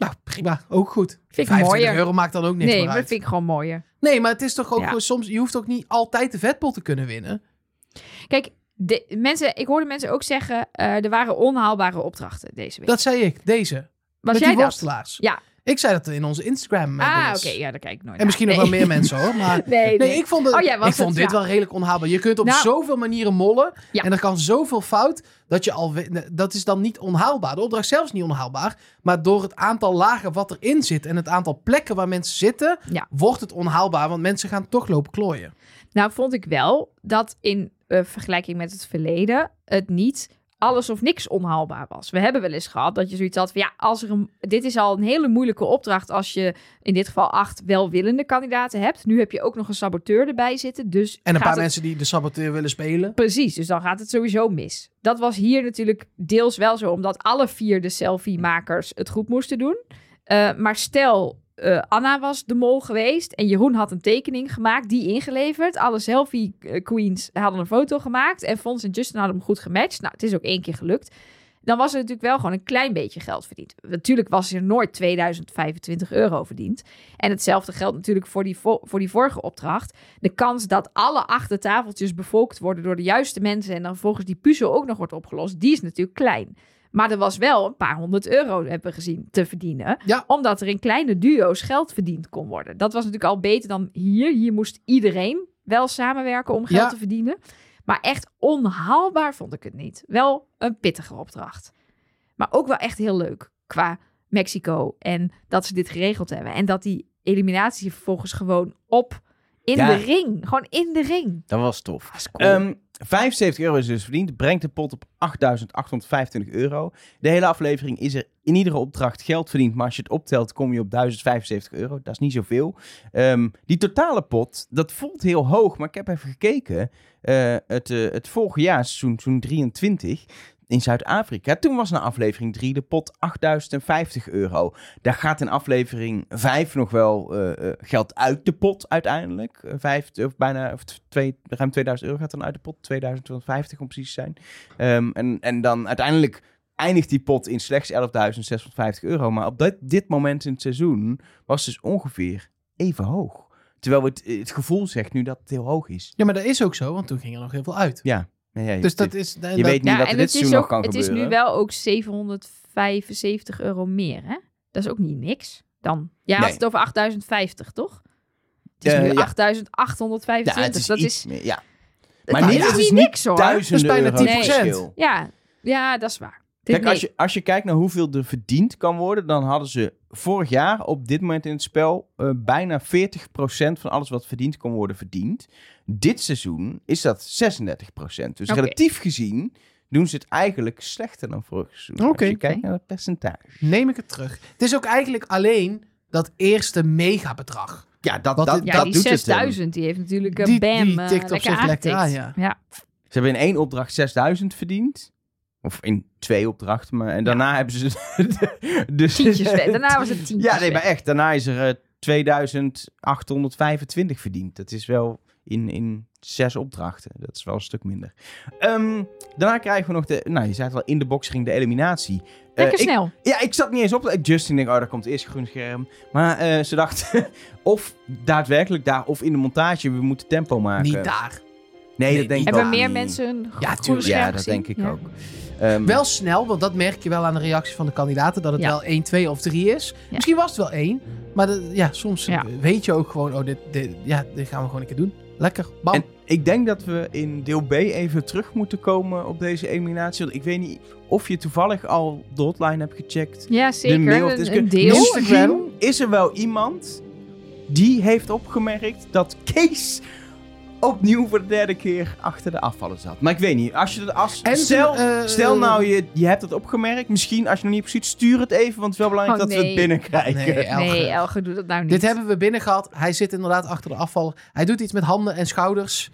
Nou, prima. Ook goed. Vind ik vijfentwintig mooier. euro maakt dan ook niks Nee, meer maar uit. dat vind ik gewoon mooier. Nee, maar het is toch ook Ja. gewoon soms... Je hoeft ook niet altijd de vetpot te kunnen winnen. Kijk, de, mensen, ik hoorde mensen ook zeggen... Uh, er waren onhaalbare opdrachten deze week. Dat zei ik. Deze. Was met jij die dat? worstelaars. Ja. Ik zei dat in onze Instagram. uh, Ah, oké. dinges. Ja, daar kijk ik nooit En naar. misschien nee. nog wel meer mensen hoor. Maar Nee, nee. nee, ik vond, het, Oh, jij was ik vond het, dit ja. wel redelijk onhaalbaar. Je kunt op Nou. zoveel manieren mollen. Ja. En er kan zoveel fout. Dat je al we- dat is dan niet onhaalbaar. De opdracht zelf is niet onhaalbaar. Maar door het aantal lagen wat erin zit. En het aantal plekken waar mensen zitten. Ja. Wordt het onhaalbaar. Want mensen gaan toch lopen klooien. Nou, vond ik wel dat in uh, vergelijking met het verleden... het niet alles of niks onhaalbaar was. We hebben wel eens gehad dat je zoiets had van... ja, als er een, dit is al een hele moeilijke opdracht... als je in dit geval acht welwillende kandidaten hebt. Nu heb je ook nog een saboteur erbij zitten. Dus En een gaat paar het... mensen die de saboteur willen spelen. Precies, dus dan gaat het sowieso mis. Dat was hier natuurlijk deels wel zo... omdat alle vier de selfie-makers het goed moesten doen. Uh, maar stel... Uh, Anna was de mol geweest en Jeroen had een tekening gemaakt, die ingeleverd. Alle selfie-queens hadden een foto gemaakt en Fons en Justin hadden hem goed gematcht. Nou, het is ook één keer gelukt. Dan was er natuurlijk wel gewoon een klein beetje geld verdiend. Natuurlijk was er nooit tweeduizend vijfentwintig euro verdiend. En hetzelfde geldt natuurlijk voor die, vo- voor die vorige opdracht. De kans dat alle achtertafeltjes bevolkt worden door de juiste mensen en dan volgens die puzzel ook nog wordt opgelost, die is natuurlijk klein. Maar er was wel een paar honderd euro, hebben we gezien, te verdienen. Ja. Omdat er in kleine duo's geld verdiend kon worden. Dat was natuurlijk al beter dan hier. Hier moest iedereen wel samenwerken om geld Ja. te verdienen. Maar echt onhaalbaar vond ik het niet. Wel een pittige opdracht. Maar ook wel echt heel leuk qua Mexico. En dat ze dit geregeld hebben. En dat die eliminatie vervolgens gewoon op in Ja. de ring. Gewoon in de ring. Dat was tof. Dat is cool. Ehm, vijfenzeventig euro is dus verdiend. Brengt de pot op achtduizend achthonderdvijfentwintig euro. De hele aflevering is er in iedere opdracht geld verdiend. Maar als je het optelt, kom je op duizend vijfenzeventig euro. Dat is niet zoveel. Um, die totale pot, dat voelt heel hoog. Maar ik heb even gekeken. Uh, het, uh, het vorige jaar, seizoen, seizoen drieëntwintig... in Zuid-Afrika. Toen was na aflevering drie de pot achtduizend vijftig euro. Daar gaat in aflevering vijf nog wel uh, uh, geld uit de pot uiteindelijk. Uh, vijf, of bijna of twee, ruim tweeduizend euro gaat dan uit de pot. tweeduizend tweehonderdvijftig om precies te zijn. Um, en, en dan uiteindelijk eindigt die pot in slechts elfduizend zeshonderdvijftig euro. Maar op dit, dit moment in het seizoen was het dus ongeveer even hoog. Terwijl het, het gevoel zegt nu dat het heel hoog is. Ja, maar dat is ook zo. Want toen ging er nog heel veel uit. Ja. Ja, ja, Dus je, dat is... je dat, weet niet Ja, wat er en dit het is seizoen nog ook, kan het gebeuren. is nu wel ook zevenhonderdvijfenzeventig euro meer, hè? Dat is ook niet niks. Dan. Jij had Nee. het over achtduizend vijftig, toch? Het is Uh, nu ja. achtenduizend achthonderdvijfentwintig. Ja, het is dat iets is, meer, ja. maar Maar dit niet- is het niet is niet niks, hoor. Duizenden Dat is bijna euro tien procent. verschil. Ja, ja, dat is waar. Dit, Kijk, als nee. je, als je kijkt naar hoeveel er verdiend kan worden, dan hadden ze vorig jaar op dit moment in het spel uh, bijna veertig procent van alles wat verdiend kon worden verdiend. Dit seizoen is dat zesendertig procent. Dus Oké. relatief gezien doen ze het eigenlijk slechter dan vorig seizoen. Oké. Als je kijkt Oké. naar het percentage. Neem ik het terug. Het is ook eigenlijk alleen dat eerste megabedrag. Ja, dat, Wat dat, het- Ja, dat die doet het. hem. zesduizend, die heeft natuurlijk uh, Die- bam, die eh, tikt op lekker zich lekker aangetikt. aan, ja. ja. Ze hebben in één opdracht zesduizend verdiend. Of in twee opdrachten. Maar, en daarna hebben ze... de, de, Tientjes weg. Daarna was het tientjes Ja, nee, weg. maar echt. Daarna is er uh, tweeduizend achthonderdvijfentwintig verdiend. Dat is wel in, in zes opdrachten. Dat is wel een stuk minder. Um, daarna krijgen we nog de... Nou, je zei het al, in de boxring de eliminatie. Uh, Lekker ik, snel. ja, ik zat niet eens op. Justin denk, oh, daar komt eerst een groen scherm. Maar uh, ze dachten, of daadwerkelijk daar, of in de montage, we moeten tempo maken. Niet daar. Nee, Nee, dat denk ik Hebben ook meer niet. mensen een Ja, groene tuurlijk. scherm Ja, dat gezien? denk ik Ja. ook. Um, Wel snel, want dat merk je wel aan de reactie van de kandidaten. Dat het Ja. wel één, twee of drie is. Misschien was het wel één. Maar de, ja, soms Ja. weet je ook gewoon... Oh, dit, dit, ja, dit gaan we gewoon een keer doen. Lekker. Bam. En ik denk dat we in deel B even terug moeten komen op deze eliminatie. Want ik weet niet of je toevallig al de hotline hebt gecheckt. Ja, zeker. De mail of een, discu- een deel. Misschien is er wel iemand die heeft opgemerkt dat Kees opnieuw voor de derde keer achter de afvallen zat. Maar ik weet niet. Als je de as, En stel, toen, eh, stel nou je, je hebt het opgemerkt. Misschien als je nog niet hebt gezien, stuur het even. Want het is wel belangrijk Oh, dat we nee. het binnenkrijgen. Nee, Elge. Nee, Elge doet dat nou niet. Dit hebben we binnen gehad. Hij zit inderdaad achter de afval. Hij doet iets met handen en schouders.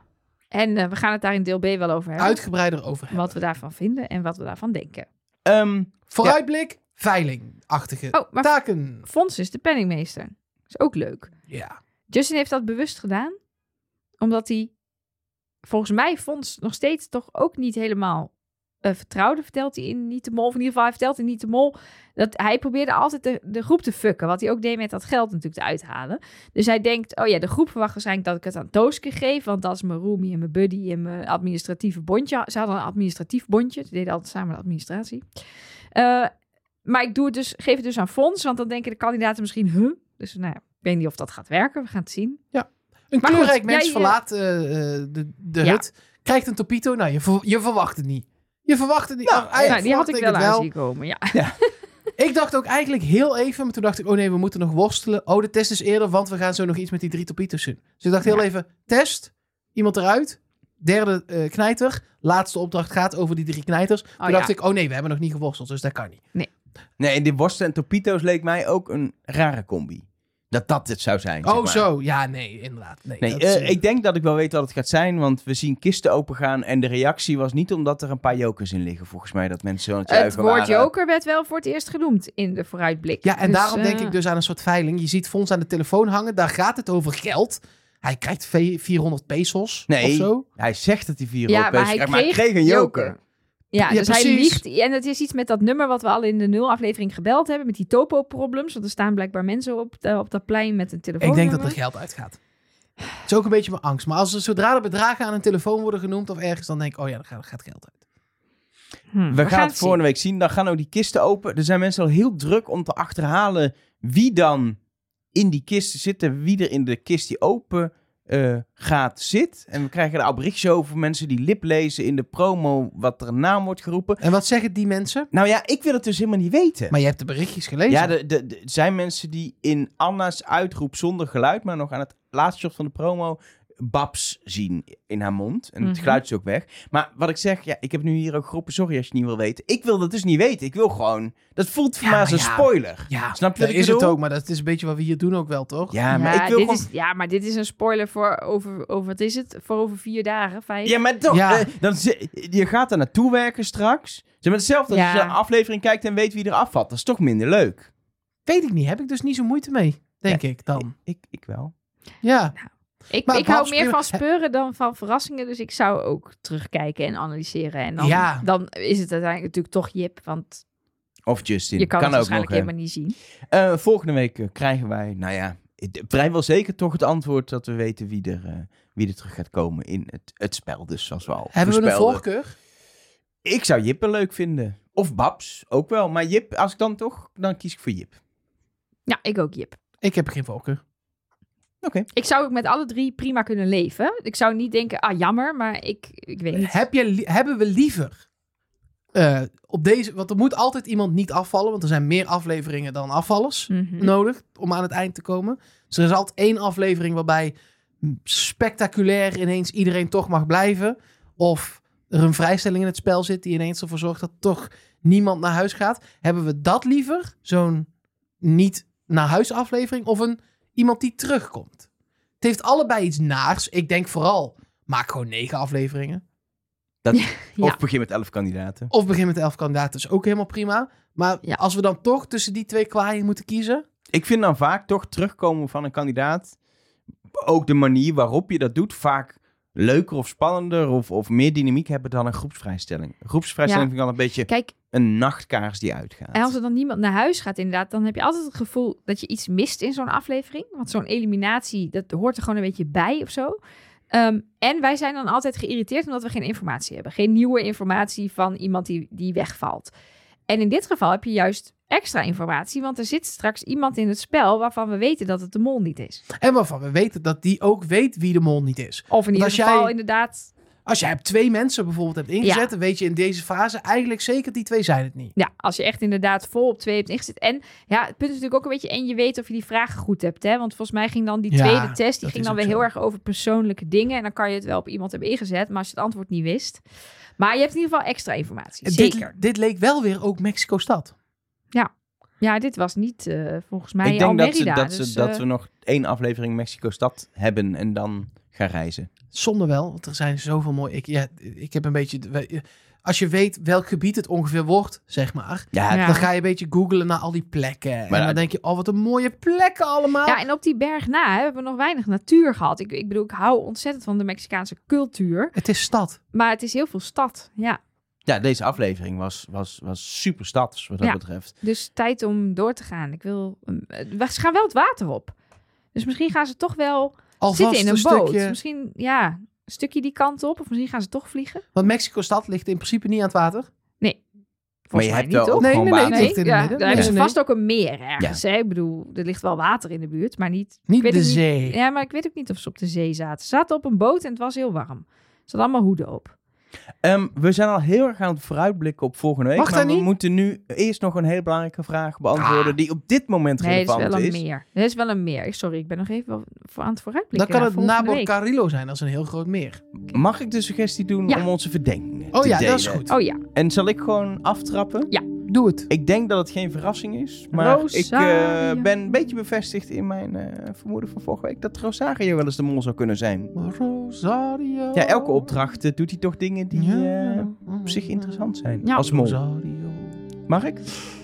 En uh, we gaan het daar in deel B wel over hebben. Uitgebreider over hebben. Wat we daarvan vinden en wat we daarvan denken. Um, Vooruitblik. Veiling-achtige Oh, maar taken. Fons is de penningmeester. Is ook leuk. Ja. Justin heeft dat bewust gedaan. Omdat hij volgens mij Fons nog steeds toch ook niet helemaal uh, vertrouwde, vertelt hij in Niet de Mol. Of in ieder geval, hij vertelt in Niet de Mol dat hij probeerde altijd de, de groep te fucken. Wat hij ook deed met dat geld natuurlijk te uithalen. Dus hij denkt, oh ja, de groep verwacht waarschijnlijk dat ik het aan Tooske geef. Want dat is mijn roomie en mijn buddy en mijn administratieve bondje. Ze hadden een administratief bondje. Ze deden altijd samen de administratie. Uh, maar ik doe het dus, geef het dus aan Fons. Want dan denken de kandidaten misschien, huh? Dus nou ja, ik weet niet of dat gaat werken. We gaan het zien. Ja. Een Maar kleurrijk goed, mens jij, verlaat uh, de, de Ja. hut, krijgt een topito. Nou, je, ver- je verwacht het niet. Je verwacht het niet. Nou, Oh, eigenlijk Nou, die had ik verwachtte wel het aan zien komen, ja. Ik dacht ook eigenlijk heel even, maar toen dacht ik, oh nee, we moeten nog worstelen. Oh, de test is eerder, want we gaan zo nog iets met die drie topito's doen. Dus ik dacht heel Ja. even, test, iemand eruit, derde uh, knijter, laatste opdracht gaat over die drie knijters. Toen Oh, dacht ja. ik, oh nee, we hebben nog niet geworsteld, dus dat kan niet. Nee, de worsten en topito's leek mij ook een rare combi. Dat dat het zou zijn. zeg Oh maar. zo, ja nee, inderdaad. Nee, Nee, dat eh, is, uh, ik denk dat ik wel weet wat het gaat zijn, want we zien kisten opengaan en de reactie was niet omdat er een paar jokers in liggen, volgens mij, dat mensen zo aan het Het juichen woord waren. joker werd wel voor het eerst genoemd in de vooruitblik. Ja, en Dus, daarom denk eh, ik dus aan een soort veiling. Je ziet Fons aan de telefoon hangen, daar gaat het over geld. Hij krijgt ve- vierhonderd pesos Nee, of zo. hij zegt dat hij vier Ja, euro maar pesos hij krijgt, maar hij kreeg kreeg een joker. Ja, Ja, dus hij precies. liegt. En het is iets met dat nummer wat we al in de nul aflevering gebeld hebben. Met die topo-problems. Want er staan blijkbaar mensen op, de, op dat plein met een telefoon. Ik denk dat er geld uitgaat. Het is ook een beetje mijn angst. Maar als er zodra de bedragen aan een telefoon worden genoemd of ergens, dan denk ik, oh ja, dan gaat, gaat geld uit. Hm, We, gaan het volgende week zien. Dan gaan ook die kisten open. Er zijn mensen al heel druk om te achterhalen wie dan in die kisten zitten. Wie er in de kist die open uh, gaat zit. En we krijgen er al berichtjes over mensen die lip lezen in de promo wat er een naam wordt geroepen. En wat zeggen die mensen? Nou ja, ik wil het dus helemaal niet weten. Maar je hebt de berichtjes gelezen. Ja, er de, de, zijn mensen die in Anna's uitroep zonder geluid, maar nog aan het laatste shot van de promo, Babs zien in haar mond. En het Mhm. geluid is ook weg. Maar wat ik zeg, ja, ik heb nu hier ook geroepen, sorry als je het niet wil weten. Ik wil dat dus niet weten. Ik wil gewoon, dat voelt voor Ja, mij als een maar ja. spoiler. Ja, Snap je dat wat ik is het bedoel? ook. Maar dat is een beetje wat we hier doen ook wel, toch? Ja, maar ja, ik wil dit gewoon... is, ja, maar dit is een spoiler voor over, over, wat is het? Voor over vier dagen, vijf? Ja, maar toch, Ja. eh, dan, zi- je gaat er naartoe werken straks. Zeg maar hetzelfde als Ja. je een aflevering kijkt en weet wie er afvalt. Dat is toch minder leuk. Weet ik niet. Heb ik dus niet zo moeite mee, denk ik dan. Ik, ik wel. Ja. Ik, Maar ik hou Babs meer prima- van speuren dan van verrassingen. Dus ik zou ook terugkijken en analyseren. En dan, Ja. dan is het uiteindelijk natuurlijk toch Jip. Want Of Justin. je kan, het ook nog. waarschijnlijk hè. helemaal niet zien. Eh, volgende week eh, krijgen wij, nou ja, d- vrijwel zeker toch het antwoord dat we weten wie er, eh, wie er terug gaat komen in het, het spel. Dus zoals we al Hebben we een voorspelden. voorkeur? Ik zou Jippe leuk vinden. Of Babs, ook wel. Maar Jip, als ik dan toch, dan kies ik voor Jip. Ja, ik ook Jip. Ik heb geen voorkeur. Oké. Ik zou ook met alle drie prima kunnen leven. Ik zou niet denken, ah jammer, maar ik, ik weet niet. Heb je, li- hebben we liever eh, op deze... Want er moet altijd iemand niet afvallen. Want er zijn meer afleveringen dan afvallers Mhm. nodig om aan het eind te komen. Dus er is altijd één aflevering waarbij spectaculair ineens iedereen toch mag blijven. Of er een vrijstelling in het spel zit die ineens ervoor zorgt dat toch niemand naar huis gaat. Hebben we dat liever? Zo'n niet naar huis aflevering of een iemand die terugkomt? Het heeft allebei iets naars. Ik denk vooral, maak gewoon negen afleveringen. Dat, Ja. Of begin met elf kandidaten. Of begin met elf kandidaten, is ook helemaal prima. Maar Ja. als we dan toch tussen die twee kwaaien moeten kiezen... Ik vind dan vaak toch terugkomen van een kandidaat, ook de manier waarop je dat doet, vaak leuker of spannender of, of meer dynamiek hebben dan een groepsvrijstelling. Een groepsvrijstelling Ja. vind ik al een beetje Kijk, een nachtkaars die uitgaat. en als er dan niemand naar huis gaat inderdaad, dan heb je altijd het gevoel dat je iets mist in zo'n aflevering. Want zo'n eliminatie, dat hoort er gewoon een beetje bij of zo. Um, en wij zijn dan altijd geïrriteerd omdat we geen informatie hebben. Geen nieuwe informatie van iemand die, die wegvalt. En in dit geval heb je juist extra informatie, want er zit straks iemand in het spel waarvan we weten dat het de mol niet is. En waarvan we weten dat die ook weet wie de mol niet is. Of in ieder als geval jij- inderdaad... Als jij twee mensen bijvoorbeeld hebt ingezet... Ja. dan weet je in deze fase eigenlijk zeker die twee zijn het niet. Ja, als je echt inderdaad vol op twee hebt ingezet. En ja, het punt is natuurlijk ook een beetje... en je weet of je die vragen goed hebt, hè. Want volgens mij ging dan die Ja, tweede test... die dat ging is dan ook weer zo. heel erg over persoonlijke dingen. En dan kan je het wel op iemand hebben ingezet. Maar als je het antwoord niet wist... Maar je hebt in ieder geval extra informatie, En zeker. Dit, dit leek wel weer ook Mexico-stad. Ja, dit was niet uh, volgens mij ik denk dat, ze, Almerida. dat, ze, dus, dat uh, we nog één aflevering Mexico-stad hebben en dan gaan reizen. Zonde wel, want er zijn zoveel mooie... Ik, ja, ik heb een beetje... we- Als je weet welk gebied het ongeveer wordt, zeg maar... Ja, Ja. dan ga je een beetje googlen naar al die plekken. Maar en dan dat- denk je, oh, wat een mooie plekken allemaal. Ja, en op die berg na hè, hebben we nog weinig natuur gehad. Ik, ik bedoel, ik hou ontzettend van de Mexicaanse cultuur. Het is stad. Maar het is heel veel stad, ja. Ja, deze aflevering was, was, was super stads wat dat Ja. betreft. Dus tijd om door te gaan. Ik wil, um, we gaan wel het water op. Dus misschien gaan ze toch wel Alvast zitten in een, boot. stukje... Misschien, ja, een stukje die kant op. Of misschien gaan ze toch vliegen. Want Mexico-stad ligt in principe niet aan het water. Maar Volgens je mij hebt niet, wel toch? ook Nee, gewoon nee, nee, water. het ligt in het ja, midden. daar hebben ze Nee, vast ook een meer ergens. Hè? Ik bedoel, er ligt wel water in de buurt, maar niet... Niet ik weet de ook zee. Niet, ja, maar ik weet ook niet of ze op de zee zaten. Ze zaten op een boot en het was heel warm. Ze hadden allemaal hoeden op. Um, we zijn al heel erg aan het vooruitblikken op volgende week. Mag maar dat we niet? moeten nu eerst nog een hele belangrijke vraag beantwoorden. Ah. Die op dit moment Nee, er is relevant wel een is. meer. Er is wel een meer. Sorry, ik ben nog even voor aan het vooruitblikken. Dan kan het naar volgende Nabor week. Carrillo zijn, dat is een heel groot meer. Mag ik de suggestie doen Ja. om onze verdenkingen Oh te ja, delen? dat is goed. Oh ja. En zal ik gewoon aftrappen? Doe het. Ik denk dat het geen verrassing is. Maar ik Rosario. uh, ben een beetje bevestigd in mijn uh, vermoeden van vorige week... dat Rosario wel eens de mol zou kunnen zijn. Rosario. Ja, elke opdracht uh, doet hij toch dingen die Ja. uh, op zich interessant zijn. Ja. Als mol. Rosario. Mag ik?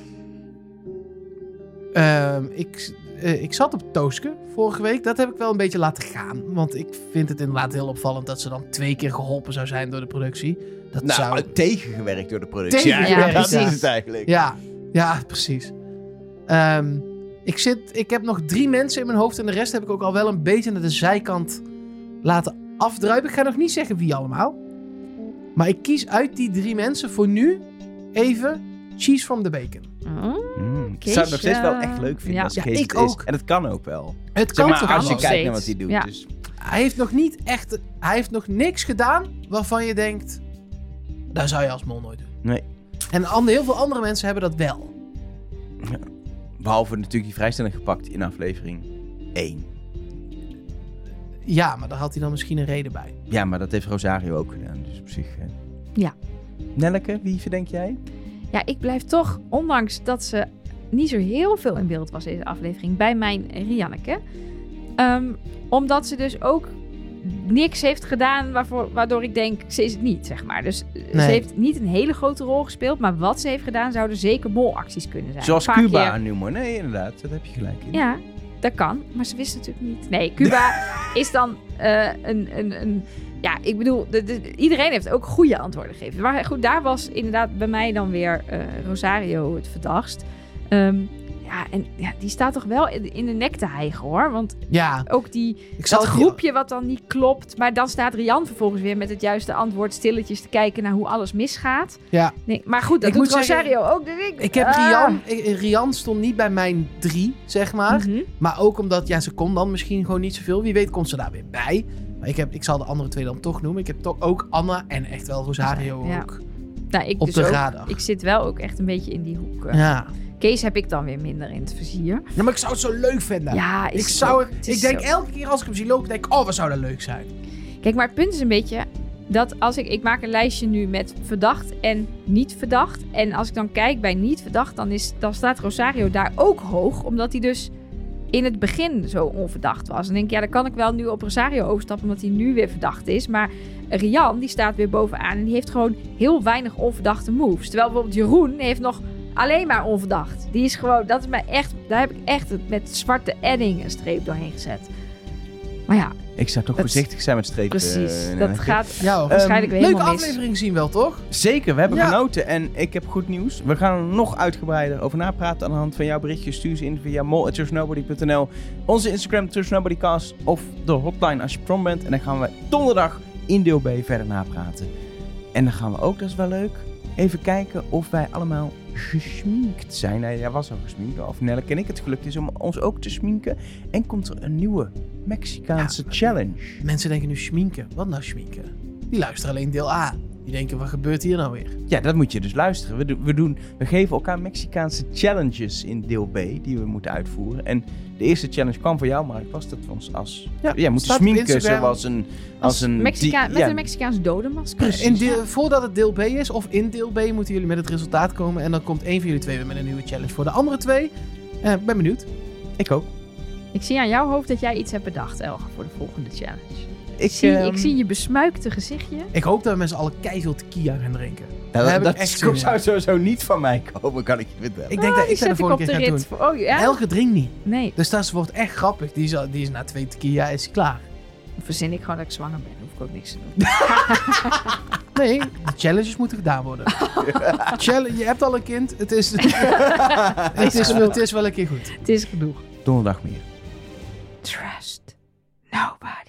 Ehm, ik, eh, ik zat op Tooske vorige week. Dat heb ik wel een beetje laten gaan. Want ik vind het inderdaad heel opvallend dat ze dan twee keer geholpen zou zijn door de productie. Dat Nou, zou... tegengewerkt door de productie. Tegengewerkt, ja, dat ja. is het eigenlijk. Ja, ja, precies. Ehm, ik, zit, ik heb nog drie mensen in mijn hoofd en de rest heb ik ook al wel een beetje naar de zijkant laten afdruipen. Ik ga nog niet zeggen wie allemaal. Maar ik kies uit die drie mensen voor nu even Cheese from the Bacon. Oh, Mm, ik Kees, zou het nog steeds wel eh, echt leuk vinden ja. als Ja, Kees ik het is. ook. En dat kan ook wel. Het Zeg kan maar, toch als je wel? nog kijkt naar steeds. wat hij doet. Ja. Dus, Hij heeft nog niet echt... Hij heeft nog niks gedaan waarvan je denkt... Dat zou je als mol nooit doen. nee. En an- heel veel andere mensen hebben dat wel. Behalve natuurlijk die vrijstelling gepakt in aflevering één. Ja, maar daar had hij dan misschien een reden bij. Ja, maar dat heeft Rosario ook gedaan. Dus op zich... eh. Ja. Nelleke, wie verdenk jij? Ja, ik blijf toch, ondanks dat ze niet zo heel veel in beeld was in deze aflevering, bij mijn Rianneke. Um, omdat ze dus ook niks heeft gedaan waarvoor, waardoor ik denk, ze is het niet, zeg maar. Dus Nee. ze heeft niet een hele grote rol gespeeld, maar wat ze heeft gedaan zouden zeker molacties kunnen zijn. Zoals Een paar Cuba keer- noemen. Nee, inderdaad. Dat heb je gelijk in. Ja, dat kan, maar ze wist natuurlijk niet. Nee, Cuba is dan uh, een, een, een... Ja, ik bedoel, de, de, iedereen heeft ook goede antwoorden gegeven. Maar goed, daar was inderdaad bij mij dan weer uh, Rosario het verdachtst. Um, ja, en ja, die staat toch wel in, in de nek te hijgen, hoor. Want Ja, ook die, ik zat dat groepje wat dan niet klopt. Maar dan staat Rian vervolgens weer met het juiste antwoord stilletjes te kijken naar hoe alles misgaat. Ja. Nee, maar goed, dat Ik doet moet zeggen, Rosario ook. Dus ik, Ik heb ah. Rian... ik- Rian stond niet bij mijn drie, zeg maar. Mhm. Maar ook omdat, ja, ze kon dan misschien gewoon niet zoveel. Wie weet komt ze daar weer bij. Maar ik, heb, ik zal de andere twee dan toch noemen. Ik heb toch ook Anna en echt wel Rosario Ja. ook Nou, ik op dus de ook. radar. Ik zit wel ook echt een beetje in die hoek. uh. Ja. Kees heb ik dan weer minder in het vizier. ja, maar ik zou het zo leuk vinden. Ja, is ik zou ook. het, Het ik is denk zo. elke keer als ik hem zie lopen, denk ik, oh, wat zou dat leuk zijn. Kijk, maar het punt is een beetje dat als ik... Ik maak een lijstje nu met verdacht en niet verdacht. En als ik dan kijk bij niet verdacht, dan, is, dan staat Rosario daar ook hoog. Omdat hij dus in het begin zo onverdacht was. En dan denk ik, ja, dan kan ik wel nu op Rosario overstappen, omdat hij nu weer verdacht is. Maar Rian, die staat weer bovenaan en die heeft gewoon heel weinig onverdachte moves. Terwijl bijvoorbeeld Jeroen heeft nog alleen maar onverdacht. Die is gewoon, dat is mij echt, daar heb ik echt met zwarte edding een streep doorheen gezet. Maar ja, Ik zou toch Het- voorzichtig zijn met strepen. precies. eh, Dat Nelleke. gaat Ja, hoor. waarschijnlijk weer Leuke helemaal mis. aflevering zien wel, toch? Zeker, we hebben Ja. genoten en ik heb goed nieuws. We gaan er nog uitgebreider over napraten aan de hand van jouw berichtjes. Stuur ze in via mol at trust nobody punt n l, onze Instagram trustnobodycast of de hotline als je prom bent. En dan gaan we donderdag in deel B verder napraten. En dan gaan we ook, dat is wel leuk, even kijken of wij allemaal gesminkt zijn. Nee, jij was al gesminkt, of Nelleke en ik het gelukt is om ons ook te sminken. En komt er een nieuwe Mexicaanse challenge. Mensen denken nu schminken. Wat nou schminken? Die luisteren alleen deel A. Die denken, wat gebeurt hier nou weer? Ja, dat moet je dus luisteren. We, do- we, doen, we geven elkaar Mexicaanse challenges in deel B die we moeten uitvoeren. En de eerste challenge kwam voor jou, Mark. Was dat voor ons als... Ja, Ja, moeten staat op sminken Instagram. zoals een... Als een Mexicaan, di- met ja, een Mexicaans dodenmasker. In deel- voordat het deel B is, of in deel B, moeten jullie met het resultaat komen. En dan komt één van jullie twee weer met een nieuwe challenge voor de andere twee. Eh, ben benieuwd. Ik ook. Ik zie aan jouw hoofd dat jij iets hebt bedacht, Elge, voor de volgende challenge. Ik, Ik zie, ehm, ik zie je besmuikte gezichtje. Ik hoop dat we met z'n allen keiveel tequila gaan drinken. nou, Daar dat heb ik dat echt is- zin in. zou sowieso niet van mij komen, kan ik je vertellen. Ik denk Ah, dat die ik dat de zet volgende op keer de ga doen. rit. Voor- Oh ja? Elke drinkt niet. Nee, Dus dat wordt echt grappig. Die is, al- die is na twee tequila is hij klaar. dan verzin ik gewoon dat ik zwanger ben. Dan hoef ik ook niks te doen. Nee, de challenges moeten gedaan worden. Challenge, je hebt al een kind. Het is, het, is, het is wel een keer goed. Het is genoeg. Donderdag meer. Trust nobody.